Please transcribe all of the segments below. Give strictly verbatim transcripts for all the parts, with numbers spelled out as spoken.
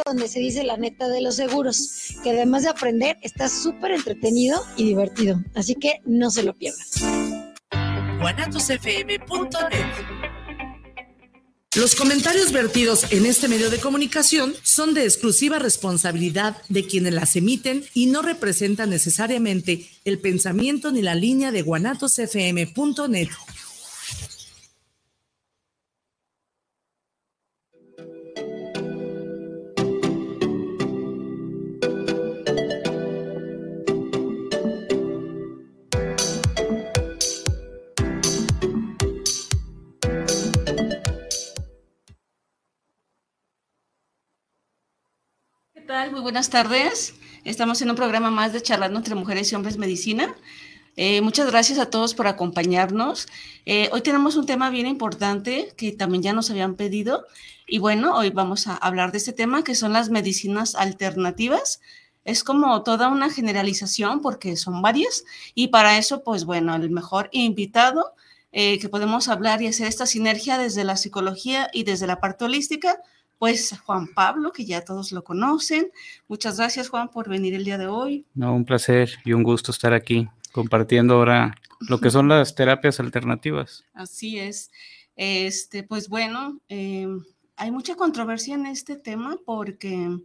donde se dice la neta de los seguros, que además de aprender, está súper entretenido y divertido. Así que no se lo pierdan. guanatos f m punto net. Los comentarios vertidos en este medio de comunicación son de exclusiva responsabilidad de quienes las emiten y no representan necesariamente el pensamiento ni la línea de guanatos f m punto net. ¿Qué tal? Muy buenas tardes. Estamos en un programa más de Charlando entre Mujeres y Hombres Medicina. Eh, muchas gracias a todos por acompañarnos. Eh, hoy tenemos un tema bien importante que también ya nos habían pedido. Y bueno, hoy vamos a hablar de este tema que son las medicinas alternativas. Es como toda una generalización porque son varias. Y para eso, pues bueno, el mejor invitado eh, que podemos hablar y hacer esta sinergia desde la psicología y desde la parte holística, pues Juan Pablo, que ya todos lo conocen. Muchas gracias, Juan, por venir el día de hoy. No, un placer y un gusto estar aquí compartiendo ahora lo que son las terapias alternativas. Así es. Este, pues bueno, eh, hay mucha controversia en este tema porque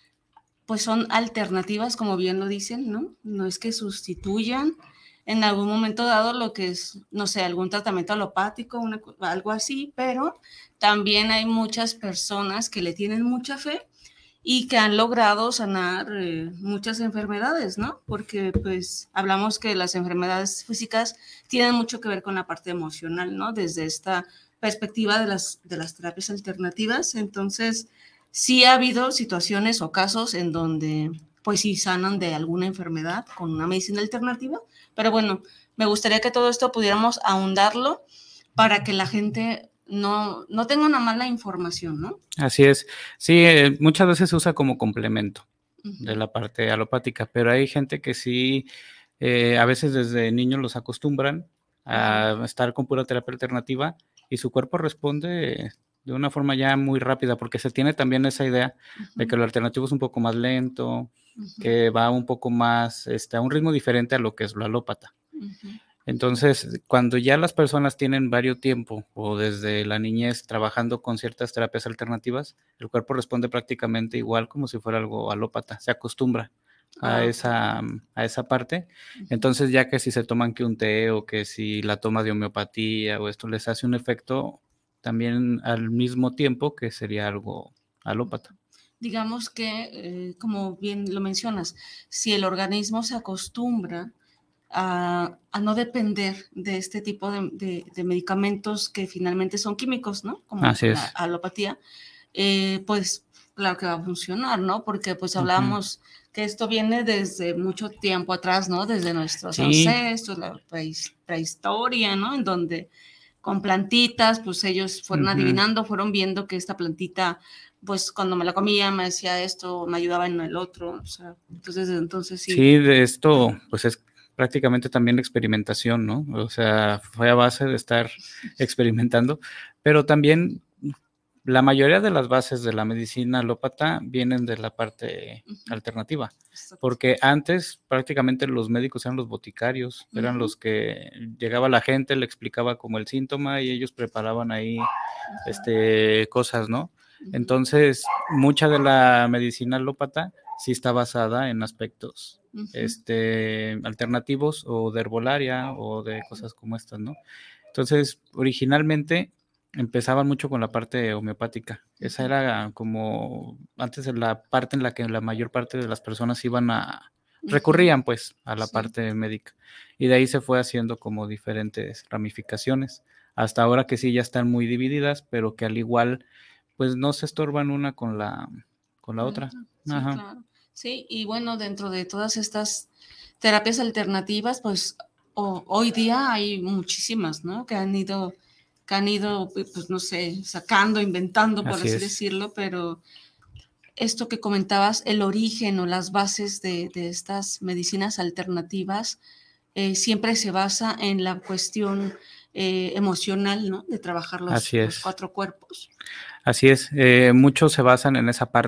pues son alternativas, como bien lo dicen, ¿no? No es que sustituyan en algún momento dado lo que es, no sé, algún tratamiento alopático, una, algo así, pero también hay muchas personas que le tienen mucha fe y que han logrado sanar eh, muchas enfermedades, ¿no? Porque pues hablamos que las enfermedades físicas tienen mucho que ver con la parte emocional, ¿no? Desde esta perspectiva de las, de las terapias alternativas. Entonces, sí ha habido situaciones o casos en donde pues sí sanan de alguna enfermedad con una medicina alternativa, pero bueno, me gustaría que todo esto pudiéramos ahondarlo para que la gente no, no tenga una mala información, ¿no? Así es. Sí, eh, muchas veces se usa como complemento uh-huh. de la parte alopática, pero hay gente que sí, eh, a veces desde niños los acostumbran a uh-huh. estar con pura terapia alternativa y su cuerpo responde de una forma ya muy rápida, porque se tiene también esa idea uh-huh. de que lo alternativo es un poco más lento, uh-huh. que va un poco más, este, a un ritmo diferente a lo que es lo alópata. Uh-huh. Entonces, cuando ya las personas tienen varios tiempo o desde la niñez trabajando con ciertas terapias alternativas, el cuerpo responde prácticamente igual como si fuera algo alópata, se acostumbra a, okay. esa, a esa parte. Entonces, ya que si se toman que un té o que si la toma de homeopatía o esto les hace un efecto también al mismo tiempo que sería algo alópata. Digamos que, eh, como bien lo mencionas, si el organismo se acostumbra A, a no depender de este tipo de, de, de medicamentos que finalmente son químicos, ¿no? Como Así la es. alopatía, eh, pues claro que va a funcionar, ¿no? Porque pues hablamos uh-huh. que esto viene desde mucho tiempo atrás, ¿no? Desde nuestros sí. ancestros, la prehistoria, ¿no? En donde con plantitas, pues ellos fueron uh-huh. adivinando, fueron viendo que esta plantita, pues cuando me la comía me decía esto, me ayudaba en el otro, o sea, entonces, entonces sí. Sí, de esto, pues es prácticamente también experimentación, ¿no? O sea, fue a base de estar experimentando, pero también la mayoría de las bases de la medicina alópata vienen de la parte uh-huh. alternativa, porque antes prácticamente los médicos eran los boticarios, uh-huh. eran los que llegaba la gente, le explicaba como el síntoma y ellos preparaban ahí uh-huh. este, cosas, ¿no? Uh-huh. Entonces, mucha de la medicina alópata sí está basada en aspectos uh-huh. este, alternativos o de herbolaria o de cosas como estas, ¿no? Entonces, originalmente empezaban mucho con la parte homeopática. Esa era como antes la parte en la que la mayor parte de las personas iban a, recurrían pues a la sí. parte médica. Y de ahí se fue haciendo como diferentes ramificaciones. Hasta ahora que sí ya están muy divididas, pero que al igual pues no se estorban una con la, con la otra. Sí, Ajá. claro. Sí, y bueno, dentro de todas estas terapias alternativas, pues o, hoy día hay muchísimas, ¿no? Que han ido, que han ido, pues no sé, sacando, inventando, por así, así decirlo, pero esto que comentabas, el origen o las bases de, de estas medicinas alternativas, eh, siempre se basa en la cuestión eh, emocional, ¿no? De trabajar los, los cuatro cuerpos. Así es, eh, muchos se basan en esa parte.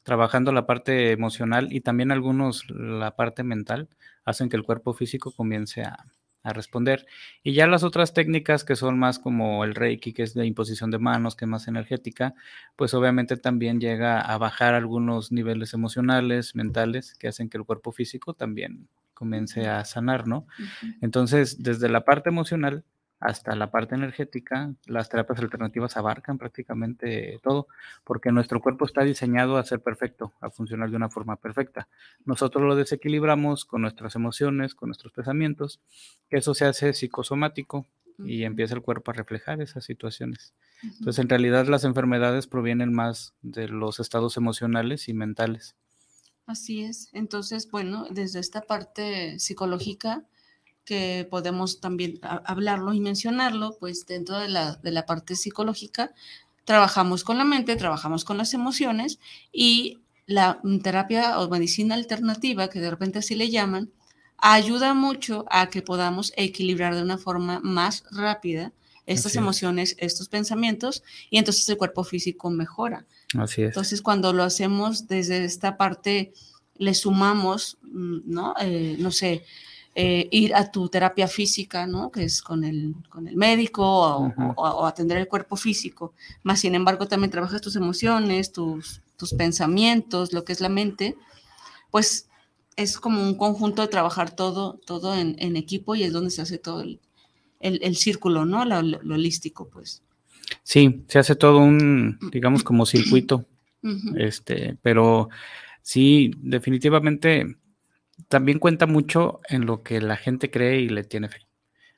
trabajando la parte emocional y también algunos la parte mental, hacen que el cuerpo físico comience a, a responder. Y ya las otras técnicas que son más como el Reiki, que es de imposición de manos, que es más energética, pues obviamente también llega a bajar algunos niveles emocionales, mentales, que hacen que el cuerpo físico también comience a sanar, ¿no? Ujú. Entonces, desde la parte emocional hasta la parte energética, las terapias alternativas abarcan prácticamente todo, porque nuestro cuerpo está diseñado a ser perfecto, a funcionar de una forma perfecta. Nosotros lo desequilibramos con nuestras emociones, con nuestros pensamientos, que eso se hace psicosomático y Ujú. empieza el cuerpo a reflejar esas situaciones. Ujú. Entonces, en realidad, las enfermedades provienen más de los estados emocionales y mentales. Así es. Entonces, bueno, desde esta parte psicológica que podemos también a- hablarlo y mencionarlo, pues dentro de la, de la parte psicológica trabajamos con la mente, trabajamos con las emociones y la mm, terapia o medicina alternativa, que de repente así le llaman, ayuda mucho a que podamos equilibrar de una forma más rápida estas Así es, emociones, estos pensamientos, y entonces el cuerpo físico mejora. así es. Entonces, cuando lo hacemos desde esta parte, le sumamos, mm, ¿no? Eh, no sé, eh, ir a tu terapia física, ¿no? Que es con el, con el médico o, Ujú. o- o atender el cuerpo físico. Más sin embargo, también trabajas tus emociones, tus, tus pensamientos, lo que es la mente, pues es como un conjunto de trabajar todo, todo en, en equipo y es donde se hace todo el, el, el círculo, ¿no? Lo, lo- lo holístico, pues. Sí, se hace todo un, digamos, como circuito, Ujú. este, pero sí, definitivamente también cuenta mucho en lo que la gente cree y le tiene fe.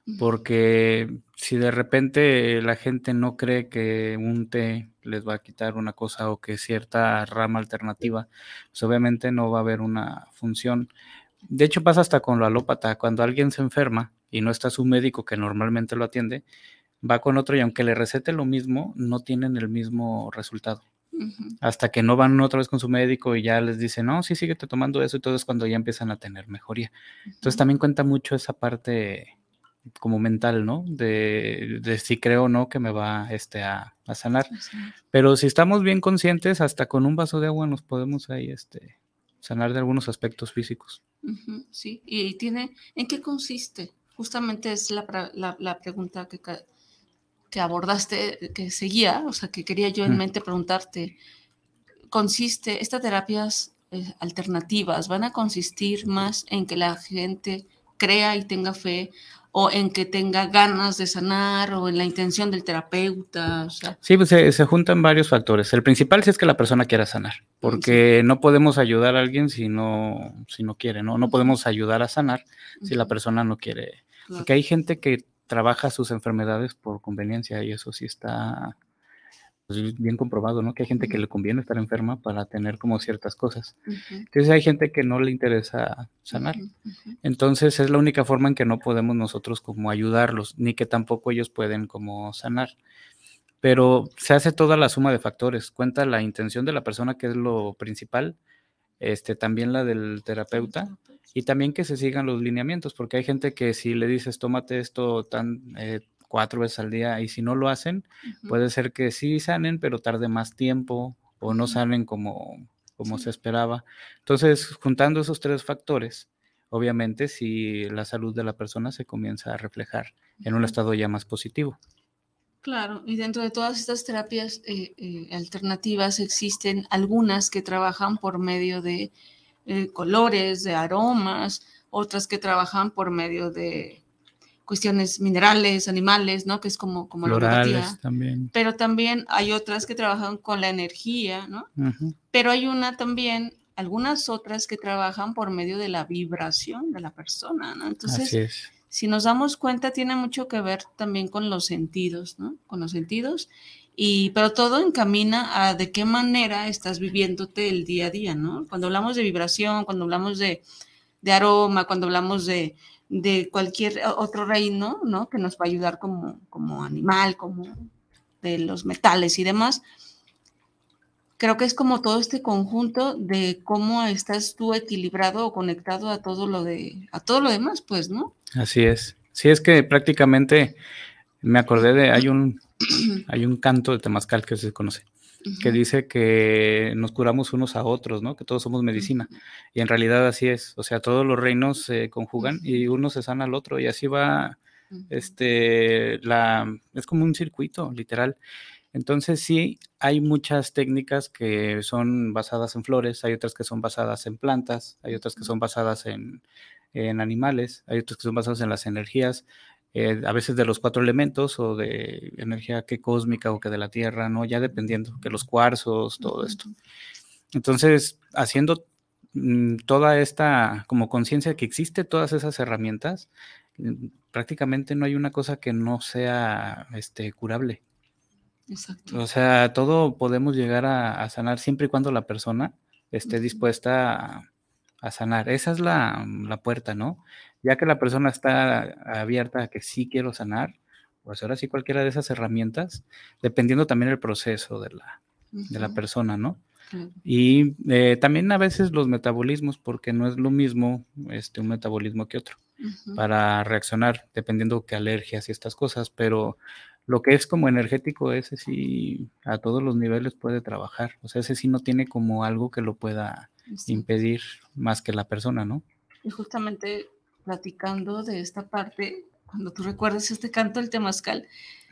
Porque si de repente la gente no cree que un té les va a quitar una cosa o que cierta rama alternativa, pues obviamente no va a haber una función. De hecho pasa hasta con lo alópata, cuando alguien se enferma y no está su médico que normalmente lo atiende, va con otro y aunque le recete lo mismo, no tienen el mismo resultado. Ujú. Hasta que no van otra vez con su médico y ya les dice, no, sí, síguete tomando eso y todo es cuando ya empiezan a tener mejoría. Entonces también cuenta mucho esa parte como mental, ¿no? De, de si creo o no que me va este, a, a sanar. Así es. Pero si estamos bien conscientes, hasta con un vaso de agua nos podemos ahí este, sanar de algunos aspectos físicos. Ujú, sí, y tiene, ¿en qué consiste? Justamente es la, pra- la, la pregunta que, ca- que abordaste, que seguía, o sea, que quería yo en Mm. mente preguntarte. Consiste, estas terapias eh, alternativas van a consistir más en que la gente crea y tenga fe o en que tenga ganas de sanar o en la intención del terapeuta, o sea, Sí, pues se, se juntan varios factores. El principal sí es que la persona quiera sanar, mm, sí, porque no podemos ayudar a alguien si no, si no quiere, ¿no? No ujú, podemos ayudar a sanar si la ujú, persona no quiere. claro, Porque hay gente que trabaja sus enfermedades por conveniencia y eso sí está pues, bien comprobado, ¿no? Que hay gente que ujú, le conviene estar enferma para tener como ciertas cosas. ujú, Entonces hay gente que no le interesa sanar. ujú, ujú, Entonces es la única forma en que no podemos nosotros como ayudarlos, ni que tampoco ellos pueden como sanar. Pero se hace toda la suma de factores, cuenta la intención de la persona, que es lo principal, este, también la del terapeuta, y también que se sigan los lineamientos, porque hay gente que si le dices tómate esto tan eh, cuatro veces al día, y si no lo hacen, ujú, puede ser que sí sanen, pero tarde más tiempo, o no ujú, sanen como, como se sí. esperaba. Entonces, juntando esos tres factores, obviamente, si la salud de la persona se comienza a reflejar en un Ujú. estado ya más positivo. Claro, y dentro de todas estas terapias eh, eh, alternativas existen algunas que trabajan por medio de eh, colores, de aromas, otras que trabajan por medio de cuestiones minerales, animales, ¿no? Que es como, como la Florales homeopatía, también. pero también hay otras que trabajan con la energía, ¿no? Ujú. Pero hay una también, algunas otras que trabajan por medio de la vibración de la persona, ¿no? Así Entonces, es. si nos damos cuenta, tiene mucho que ver también con los sentidos, ¿no? Con los sentidos, y, pero todo encamina a de qué manera estás viviéndote el día a día, ¿no? Cuando hablamos de vibración, cuando hablamos de, de aroma, cuando hablamos de, de cualquier otro reino, ¿no? Que nos va a ayudar como, como animal, como de los metales y demás. Creo que es como todo este conjunto de cómo estás tú equilibrado o conectado a todo lo de, a todo lo demás, pues, ¿no? Así es. Sí, es que prácticamente me acordé de, hay un, hay un canto de temazcal que se conoce, uh-huh. que dice que nos curamos unos a otros, ¿no? Que todos somos medicina. Uh-huh. Y en realidad así es. O sea, todos los reinos se conjugan uh-huh. y uno se sana al otro y así va, uh-huh. este, la, es como un circuito, literal. Entonces sí, hay muchas técnicas que son basadas en flores, hay otras que son basadas en plantas, hay otras que son basadas en, en animales, hay otras que son basadas en las energías, eh, a veces de los cuatro elementos o de energía que cósmica o que de la tierra, ¿no? Ya dependiendo, que los cuarzos, todo esto. Entonces, haciendo mmm, toda esta como conciencia que existe todas esas herramientas, prácticamente no hay una cosa que no sea este, curable. Exacto. O sea, todo podemos llegar a, a sanar siempre y cuando la persona esté dispuesta a, a sanar. Esa es la, la puerta, ¿no? Ya que la persona está abierta a que sí quiero sanar, pues ahora sí cualquiera de esas herramientas, dependiendo también del proceso de la, uh-huh. de la persona, ¿no? Uh-huh. Y eh, también a veces los metabolismos, porque no es lo mismo este, un metabolismo que otro, uh-huh. para reaccionar, dependiendo qué alergias y estas cosas, pero lo que es como energético, ese sí a todos los niveles puede trabajar. O sea, ese sí no tiene como algo que lo pueda sí. impedir más que la persona, ¿no? Y justamente platicando de esta parte, cuando tú recuerdas este canto del temazcal,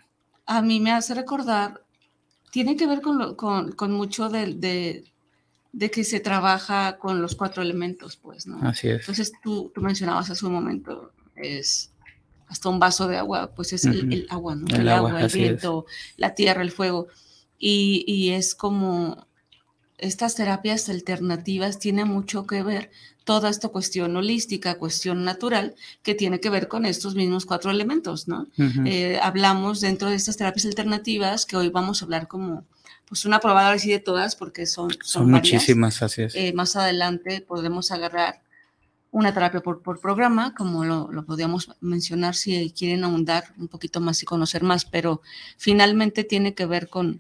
a mí me hace recordar, tiene que ver con, lo, con, con mucho de, de, de que se trabaja con los cuatro elementos, pues, ¿no? Así es. Entonces tú, tú mencionabas hace un momento, es... hasta un vaso de agua, pues es uh-huh. el, el agua, ¿no? El, el agua, agua, el viento, es. la tierra, el fuego. Y, y es como estas terapias alternativas tienen mucho que ver, toda esta cuestión holística, cuestión natural, que tiene que ver con estos mismos cuatro elementos, ¿no? Uh-huh. Eh, hablamos dentro de estas terapias alternativas, que hoy vamos a hablar como pues una probada así de todas, porque son, son, son muchísimas, así es. Eh, más adelante podremos agarrar una terapia por, por programa, como lo, lo podríamos mencionar si quieren ahondar un poquito más y conocer más, pero finalmente tiene que ver con,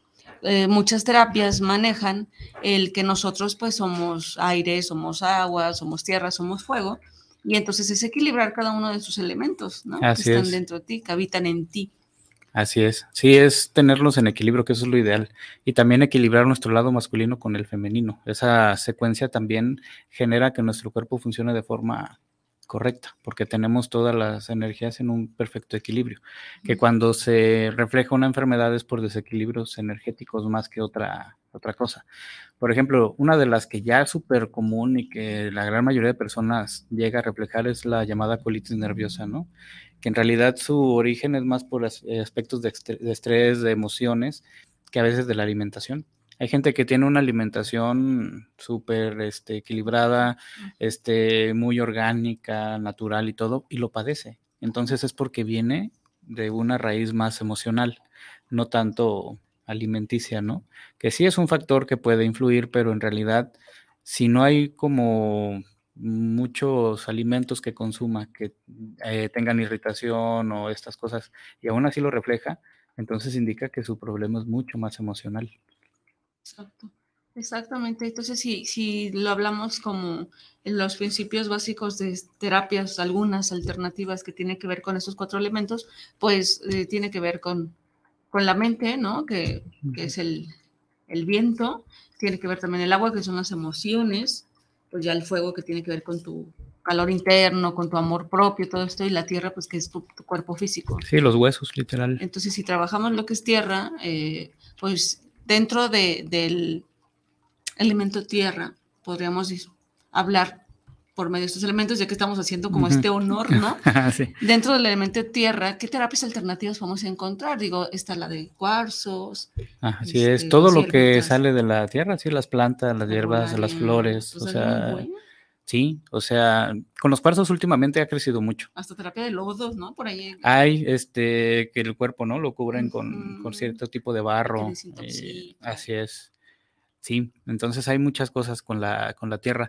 eh, muchas terapias manejan el que nosotros pues somos aire, somos agua, somos tierra, somos fuego, y entonces es equilibrar cada uno de sus elementos, ¿no? Así que están es. dentro de ti, que habitan en ti. Así es, sí, es tenerlos en equilibrio, que eso es lo ideal, y también equilibrar nuestro lado masculino con el femenino. Esa secuencia también genera que nuestro cuerpo funcione de forma correcta, porque tenemos todas las energías en un perfecto equilibrio, que cuando se refleja una enfermedad es por desequilibrios energéticos más que otra, otra cosa. Por ejemplo, una de las que ya es súper común y que la gran mayoría de personas llega a reflejar es la llamada colitis nerviosa, ¿no? Que en realidad su origen es más por aspectos de estrés, de emociones, que a veces de la alimentación. Hay gente que tiene una alimentación súper este, equilibrada, este, muy orgánica, natural y todo, y lo padece. Entonces es porque viene de una raíz más emocional, no tanto alimenticia, ¿no? Que sí es un factor que puede influir, pero en realidad, si no hay como muchos alimentos que consuma que eh, tengan irritación o estas cosas, y aún así lo refleja, entonces indica que su problema es mucho más emocional. Exacto, exactamente. Entonces, si, si lo hablamos como en los principios básicos de terapias, algunas alternativas que tienen que ver con esos cuatro elementos, pues eh, tiene que ver con, con la mente, ¿no? Que, que es el, el viento, tiene que ver también el agua, que son las emociones, pues ya el fuego, que tiene que ver con tu calor interno, con tu amor propio, todo esto, y la tierra, pues que es tu, tu cuerpo físico. Sí, los huesos, literal. Entonces, si trabajamos lo que es tierra, eh, pues dentro de, del elemento tierra, podríamos hablar por medio de estos elementos, ya que estamos haciendo como uh-huh. este honor, ¿no? Sí. Dentro del elemento tierra, ¿qué terapias alternativas vamos a encontrar? Digo, está la de cuarzos. Así este, es, todo lo que sale de la tierra, sí, las plantas, las hierbas, las flores, pues o sea, sí, o sea, con los cuarzos últimamente ha crecido mucho. Hasta terapia de lodos, ¿no? Por ahí. Hay, este, que el cuerpo, ¿no? Lo cubren uh-huh. con, con cierto tipo de barro. Eh, así es. Sí, entonces hay muchas cosas con la, con la tierra.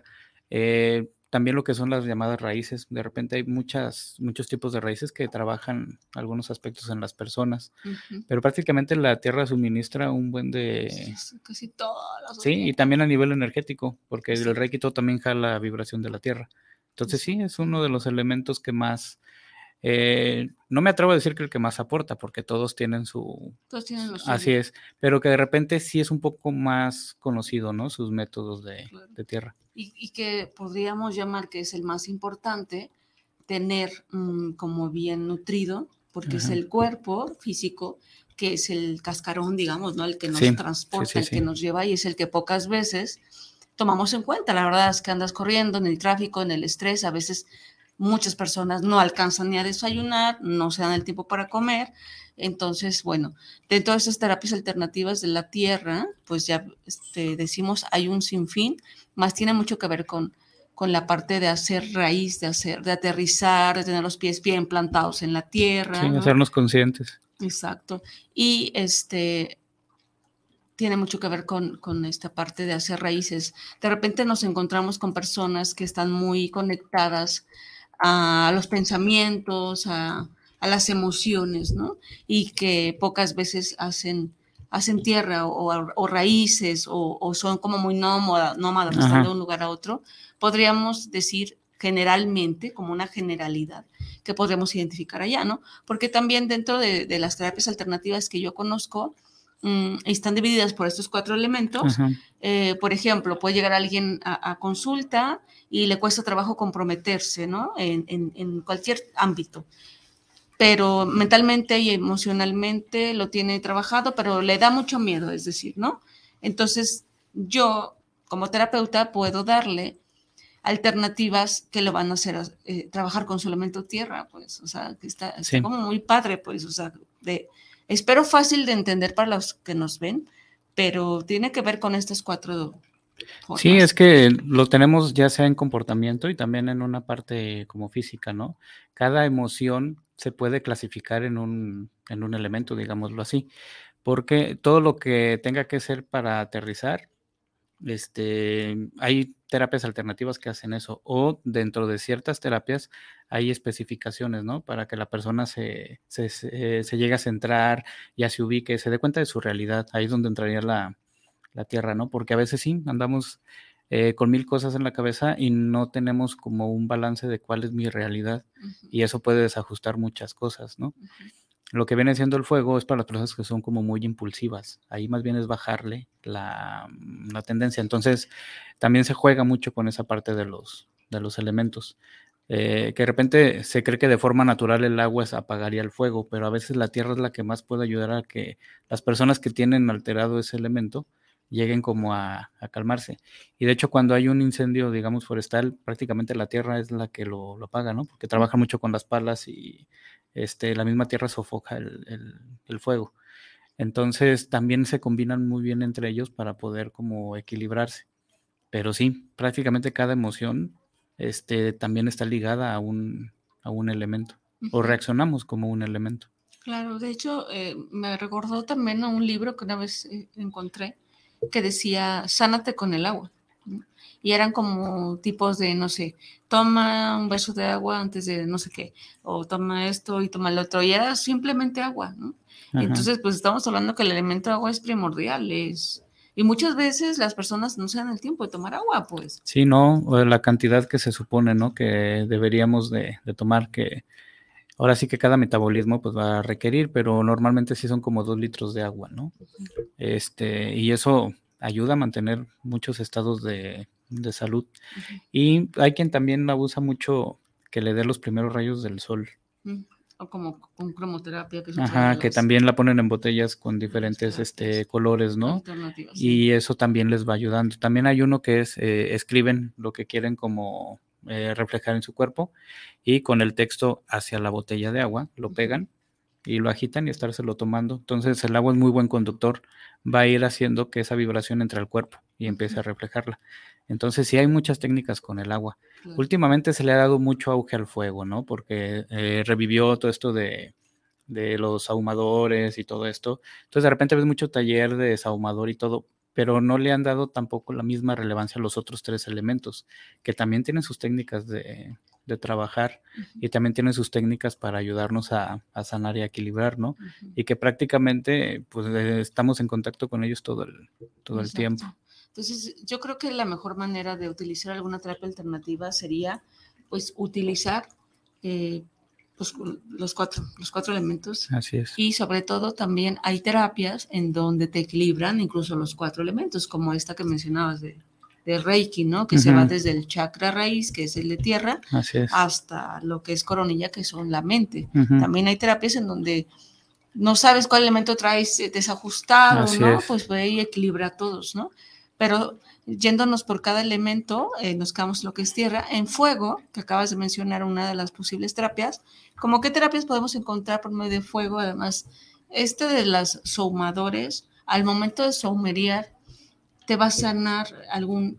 Eh, también lo que son las llamadas raíces. De repente hay muchas, muchos tipos de raíces que trabajan algunos aspectos en las personas. Uh-huh. Pero prácticamente la tierra suministra un buen de... Sí, casi todas las Sí, y también a nivel energético, porque sí. el Reiki también jala la vibración de la tierra. Entonces sí, sí es uno de los elementos que más Eh, no me atrevo a decir que el que más aporta, porque todos tienen su... Todos tienen los Así suyos. es, pero que de repente sí es un poco más conocido, ¿no? Sus métodos de, Claro. de tierra. Y, y que podríamos llamar que es el más importante, tener um, como bien nutrido, porque Ajá. es el cuerpo físico, que es el cascarón, digamos, ¿no? El que nos Sí, transporta, sí, sí, el sí. que nos lleva y es el que pocas veces tomamos en cuenta. La verdad es que andas corriendo en el tráfico, en el estrés, a veces muchas personas no alcanzan ni a desayunar, no se dan el tiempo para comer. Entonces, bueno, dentro de esas terapias alternativas de la tierra, pues ya este, decimos, hay un sinfín, más tiene mucho que ver con, con la parte de hacer raíz, de hacer, de aterrizar, de tener los pies bien plantados en la tierra. Sí, ¿no? hacernos conscientes. Exacto. Y este tiene mucho que ver con, con esta parte de hacer raíces. De repente nos encontramos con personas que están muy conectadas a los pensamientos, a, a las emociones, ¿no? Y que pocas veces hacen, hacen tierra o, o raíces o, o son como muy nómadas, nómadas, están de un lugar a otro. Podríamos decir generalmente, como una generalidad, que podremos identificar allá, ¿no? Porque también dentro de, de las terapias alternativas que yo conozco, um, están divididas por estos cuatro elementos. Eh, por ejemplo, puede llegar alguien a, a consulta y le cuesta trabajo comprometerse, ¿no? En, en, en cualquier ámbito. Pero mentalmente y emocionalmente lo tiene trabajado, pero le da mucho miedo, es decir, ¿no? Entonces, yo, como terapeuta, puedo darle alternativas que lo van a hacer eh, trabajar con su elemento tierra, pues, o sea, que está, está sí. como muy padre, pues, o sea, de, espero fácil de entender para los que nos ven, pero tiene que ver con estas cuatro formas. Sí, es que lo tenemos ya sea en comportamiento y también en una parte como física, ¿no? Cada emoción se puede clasificar en un, en un elemento, digámoslo así, porque todo lo que tenga que ser para aterrizar, este, hay terapias alternativas que hacen eso, o dentro de ciertas terapias hay especificaciones, ¿no? Para que la persona se, se, se, se llegue a centrar, ya se ubique, se dé cuenta de su realidad. Ahí es donde entraría la, la tierra, ¿no? Porque a veces sí, andamos eh, con mil cosas en la cabeza y no tenemos como un balance de cuál es mi realidad, uh-huh. Y eso puede desajustar muchas cosas, ¿no? Uh-huh. Lo que viene siendo el fuego es para las personas que son como muy impulsivas. Ahí más bien es bajarle la, la tendencia. Entonces, también se juega mucho con esa parte de los, de los elementos. Eh, que de repente se cree que de forma natural el agua apagaría el fuego, pero a veces la tierra es la que más puede ayudar a que las personas que tienen alterado ese elemento lleguen como a, a calmarse. Y de hecho, cuando hay un incendio, digamos, forestal, prácticamente la tierra es la que lo, lo apaga, ¿no? Porque trabaja mucho con las palas y este, la misma tierra sofoca el, el, el fuego. Entonces, también se combinan muy bien entre ellos para poder como equilibrarse. Pero sí, prácticamente cada emoción este, también está ligada a un, a un elemento. Uh-huh. O reaccionamos como un elemento. Claro, de hecho, eh, me recordó también a un libro que una vez eh, encontré que decía, sánate con el agua. ¿No? Y eran como tipos de, no sé, toma un vaso de agua antes de no sé qué, o toma esto y toma el otro, y era simplemente agua, ¿no? Entonces, pues estamos hablando que el elemento agua es primordial, es... Y muchas veces las personas no se dan el tiempo de tomar agua, pues. Sí, no, la cantidad que se supone, ¿no? Que deberíamos de, de tomar, que ahora sí que cada metabolismo pues va a requerir, pero normalmente sí son como dos litros de agua, ¿no? Uh-huh. Este, y eso ayuda a mantener muchos estados de, de salud. Uh-huh. Y hay quien también abusa mucho que le dé los primeros rayos del sol. Uh-huh. O como con cromoterapia. Que es Ajá, las, que también la ponen en botellas con diferentes este, colores, ¿no? Y sí. Eso también les va ayudando. También hay uno que es, eh, escriben lo que quieren como eh, reflejar en su cuerpo y con el texto hacia la botella de agua lo pegan y lo agitan y estárselo tomando. Entonces el agua es muy buen conductor, va a ir haciendo que esa vibración entre al cuerpo y empiece a reflejarla. Entonces sí hay muchas técnicas con el agua. Claro. Últimamente se le ha dado mucho auge al fuego, ¿no? Porque eh, revivió todo esto de de los ahumadores y todo esto. Entonces de repente ves mucho taller de desahumador y todo, pero no le han dado tampoco la misma relevancia a los otros tres elementos, que también tienen sus técnicas de, de trabajar uh-huh. y también tienen sus técnicas para ayudarnos a, a sanar y a equilibrar, ¿no? Uh-huh. Y que prácticamente pues estamos en contacto con ellos todo el, todo el tiempo. Entonces yo creo que la mejor manera de utilizar alguna terapia alternativa sería pues utilizar eh, pues, los cuatro, los cuatro elementos. Así es. Y sobre todo también hay terapias en donde te equilibran incluso los cuatro elementos, como esta que mencionabas de, de Reiki, ¿no? Que uh-huh. se va desde el chakra raíz, que es el de tierra, Así es. hasta lo que es coronilla, que son la mente. Uh-huh. También hay terapias en donde no sabes cuál elemento traes desajustado, Así ¿no? es. Pues ve y equilibra a todos, ¿no? Pero yéndonos por cada elemento, eh, nos quedamos lo que es tierra. En fuego, que acabas de mencionar una de las posibles terapias, ¿cómo qué terapias podemos encontrar por medio de fuego? Además, este de las saumadores, al momento de saumerear, ¿te va a sanar algún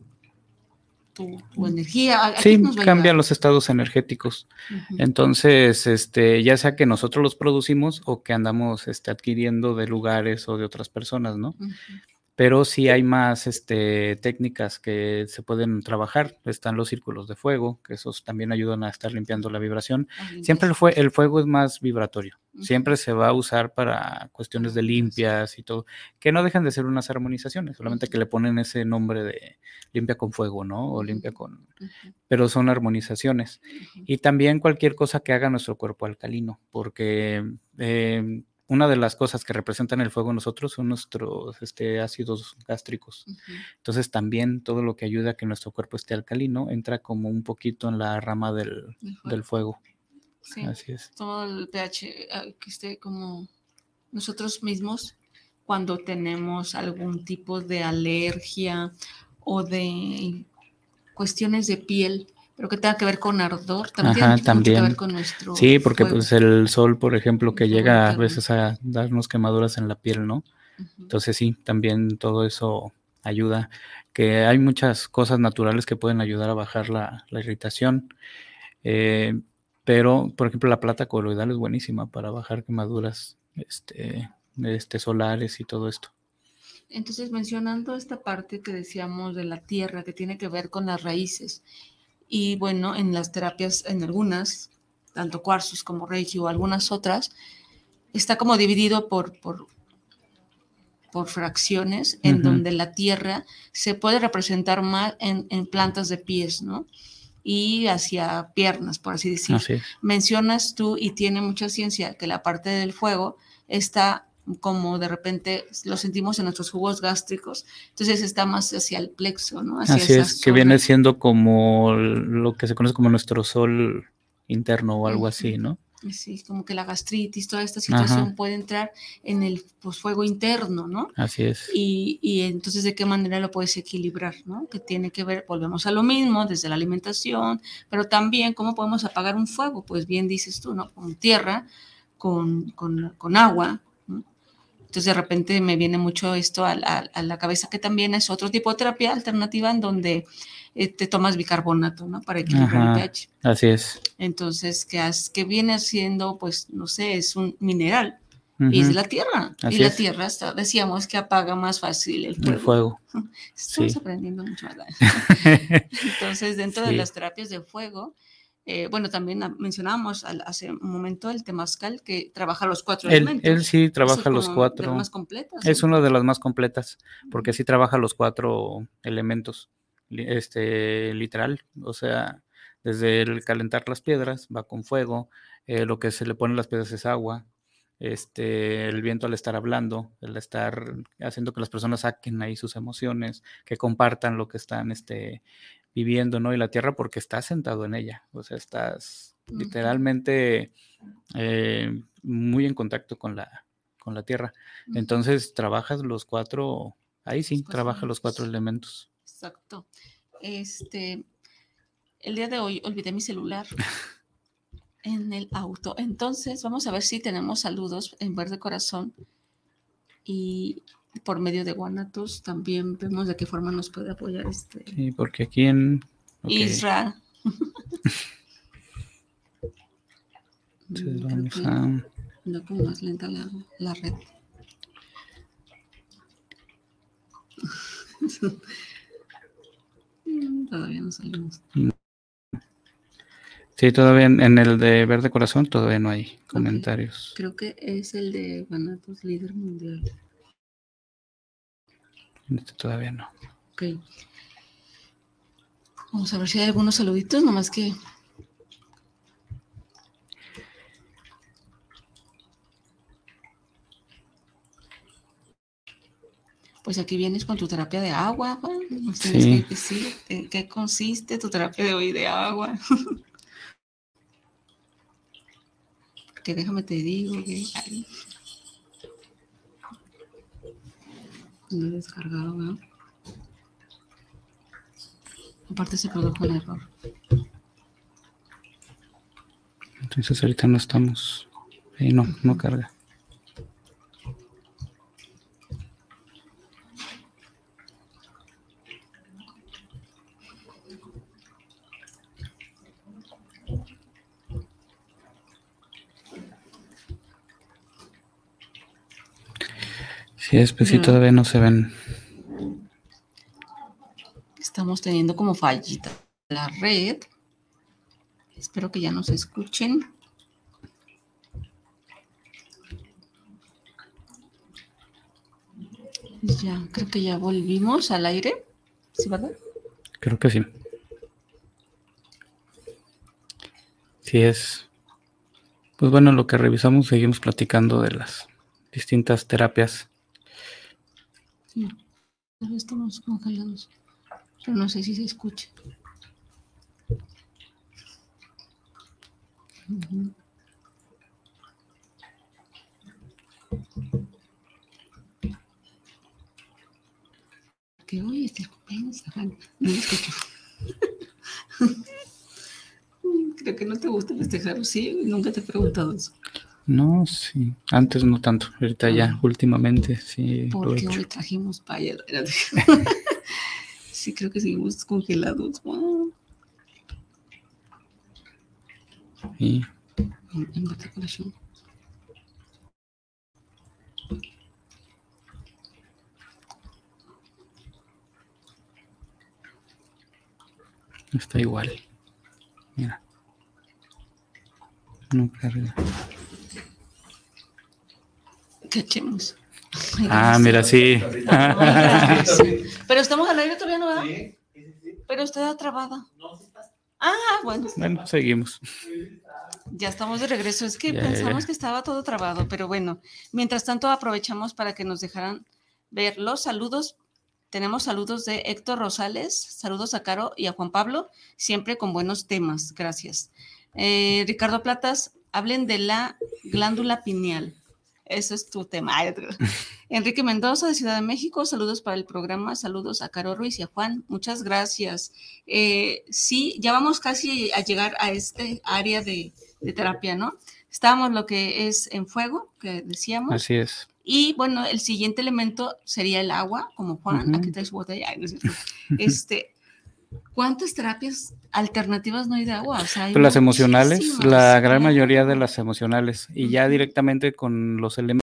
tu, tu energía? ¿A sí, cambia los estados energéticos. Uh-huh. Entonces, este, ya sea que nosotros los producimos o que andamos este, adquiriendo de lugares o de otras personas, ¿no? Uh-huh. Pero sí hay más este, técnicas que se pueden trabajar. Están los círculos de fuego, que esos también ayudan a estar limpiando la vibración. Uh-huh. Siempre el, fue, el fuego es más vibratorio. Uh-huh. Siempre se va a usar para cuestiones de limpias y todo, que no dejan de ser unas armonizaciones, solamente uh-huh. que le ponen ese nombre de limpia con fuego, ¿no? O limpia con... Uh-huh. Pero son armonizaciones. Uh-huh. Y también cualquier cosa que haga nuestro cuerpo alcalino, porque... Eh, una de las cosas que representan el fuego en nosotros son nuestros este, ácidos gástricos. Uh-huh. Entonces también todo lo que ayuda a que nuestro cuerpo esté alcalino entra como un poquito en la rama del, fuego. del fuego. Sí, así es. Todo el pH que esté como nosotros mismos cuando tenemos algún tipo de alergia o de cuestiones de piel, pero que tenga que ver con ardor, también Ajá, tiene también. mucho que ver con nuestro Sí, porque fuego. Pues el sol, por ejemplo, que el llega a veces a darnos quemaduras en la piel, ¿no? Uh-huh. Entonces sí, también todo eso ayuda, que hay muchas cosas naturales que pueden ayudar a bajar la, la irritación, eh, pero, por ejemplo, la plata coloidal es buenísima para bajar quemaduras este, este, solares y todo esto. Entonces, mencionando esta parte que decíamos de la tierra, que tiene que ver con las raíces, y bueno, en las terapias, en algunas, tanto cuarzos como Reiki o algunas otras, está como dividido por, por, por fracciones, en uh-huh. donde la tierra se puede representar más en, en plantas de pies, ¿no? Y hacia piernas, por así decir. Así es. Mencionas tú, y tiene mucha ciencia, que la parte del fuego está como de repente lo sentimos en nuestros jugos gástricos, entonces está más hacia el plexo, ¿no? Hacia Así es, que viene siendo como lo que se conoce como nuestro sol interno o algo uh-huh. así, ¿no? Sí, como que la gastritis, toda esta situación Ajá. puede entrar en el pues, fuego interno, ¿no? Así es. Y, y entonces, ¿de qué manera lo puedes equilibrar, ¿no? Que tiene que ver, volvemos a lo mismo, desde la alimentación, pero también cómo podemos apagar un fuego, pues bien dices tú, ¿no? Con tierra, con, con, con agua, ¿no? Entonces, de repente me viene mucho esto a, a, a la cabeza, que también es otro tipo de terapia alternativa en donde eh, te tomas bicarbonato, ¿no? Para equilibrar Ajá, el pH. Así es. Entonces, que, has, que viene siendo, pues, no sé, es un mineral uh-huh. y es de la tierra. Así y la es. tierra, está, decíamos que apaga más fácil el fuego. El fuego. Estamos sí. aprendiendo mucho, ¿verdad? Entonces, dentro sí. de las terapias de fuego, Eh, bueno, también mencionábamos al, hace un momento el temazcal, que trabaja los cuatro él, elementos. Él sí trabaja los cuatro. De las más completas, es ¿no? una de las más completas, porque sí trabaja los cuatro elementos, este, literal. O sea, desde el calentar las piedras, va con fuego, eh, lo que se le pone en las piedras es agua, este, el viento al estar hablando, el estar haciendo que las personas saquen ahí sus emociones, que compartan lo que están este, viviendo, ¿no? Y la tierra porque estás sentado en ella, o sea, estás uh-huh. literalmente eh, muy en contacto con la, con la tierra. Uh-huh. Entonces, trabajas los cuatro, ahí sí, los trabaja los cuatro elementos. Exacto. Este, el día de hoy olvidé mi celular en el auto. Entonces, vamos a ver si tenemos saludos en Verde Corazón y por medio de Guanatos también vemos de qué forma nos puede apoyar este. Sí, porque aquí en okay. Israel. Entonces vamos a... No, como más lenta la, la red. Todavía no salimos. Sí, todavía en, en el de Verde Corazón todavía no hay comentarios. Okay. Creo que es el de Guanatos líder mundial. Este todavía no. Ok. Vamos a ver si hay algunos saluditos, nomás que... pues aquí vienes con tu terapia de agua, Juan. Nos Sí. tienes que decir en qué consiste tu terapia de hoy de agua. Que déjame te digo que ay, no he descargado, ¿no? Aparte se produjo un error. Entonces ahorita no estamos. Ahí no, no carga. Sí, es pues sí, todavía no se ven. Estamos teniendo como fallita la red. Espero que ya nos escuchen. Ya, creo que ya volvimos al aire. ¿Sí, verdad? Creo que sí. Sí es. Pues bueno, lo que revisamos, seguimos platicando de las distintas terapias. Sí, pero estamos congelados. Pero no sé si se escucha. Uh-huh. Que hoy este cumpleaños, no lo escucho. Creo que no te gusta festejar, sí, nunca te he preguntado eso. No, sí, antes no tanto, ahorita ya, uh-huh. últimamente sí. Porque hoy trajimos paya. Sí, creo que seguimos congelados. Wow. Sí. En, en matriculación. Está igual. Mira. No carga. ¿Qué echemos? Ah, mira, sí. Pero estamos al aire todavía, ¿no? ¿Verdad? Sí, sí, sí. Pero está trabada. Ah, bueno. Bueno, seguimos. Ya estamos de regreso. Es que ya, pensamos ya. que estaba todo trabado, pero bueno. Mientras tanto, aprovechamos para que nos dejaran ver los saludos. Tenemos saludos de Héctor Rosales, saludos a Caro y a Juan Pablo, siempre con buenos temas, gracias. Eh, Ricardo Platas, hablen de la glándula pineal. Eso es tu tema. Enrique Mendoza, de Ciudad de México, saludos para el programa, saludos a Caro Ruiz y a Juan, muchas gracias. Eh, sí, ya vamos casi a llegar a este área de, de terapia, ¿no? Estábamos lo que es en fuego, que decíamos. Así es. Y bueno, el siguiente elemento sería el agua, como Juan, uh-huh. Aquí trae su botella. Ay, no es cierto. Este, ¿cuántas terapias alternativas no hay de agua? O sea, hay las emocionales, la gran claro. mayoría de las emocionales, y uh-huh. ya directamente con los elementos.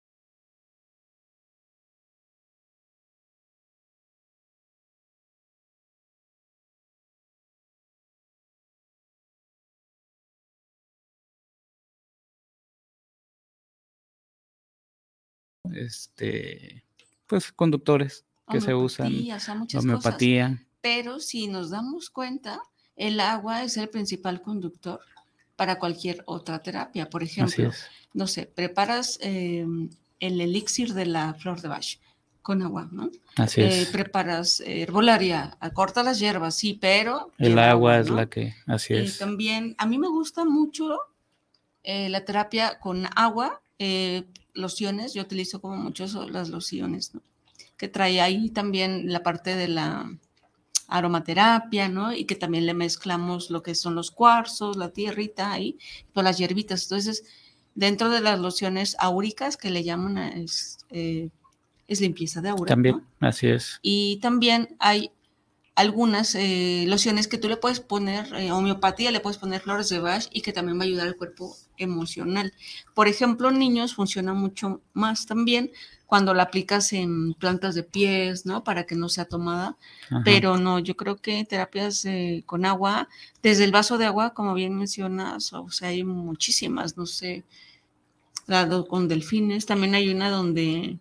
Este, pues conductores que se usan, o sea, muchas homeopatía. Cosas. Pero si nos damos cuenta, el agua es el principal conductor para cualquier otra terapia. Por ejemplo, no sé, preparas eh, el elixir de la flor de Bach con agua, ¿no? Así eh, es. Preparas herbolaria, corta las hierbas, sí, pero el agua, agua ¿no? es la que, así eh, es. También, a mí me gusta mucho eh, la terapia con agua, eh, lociones, yo utilizo como mucho eso, las lociones, ¿no? Que trae ahí también la parte de la aromaterapia, ¿no? Y que también le mezclamos lo que son los cuarzos, la tierrita ahí, con las hierbitas. Entonces, dentro de las lociones áuricas que le llaman, es, eh, es limpieza de aura. También, ¿no? Así es. Y también hay algunas eh, lociones que tú le puedes poner, eh, homeopatía, le puedes poner flores de Bach y que también va a ayudar al cuerpo emocional. Por ejemplo, en niños funciona mucho más también cuando la aplicas en plantas de pies, ¿no? Para que no sea tomada. Ajá. Pero no, yo creo que terapias eh, con agua, desde el vaso de agua, como bien mencionas, o sea, hay muchísimas, no sé, la con delfines, también hay una donde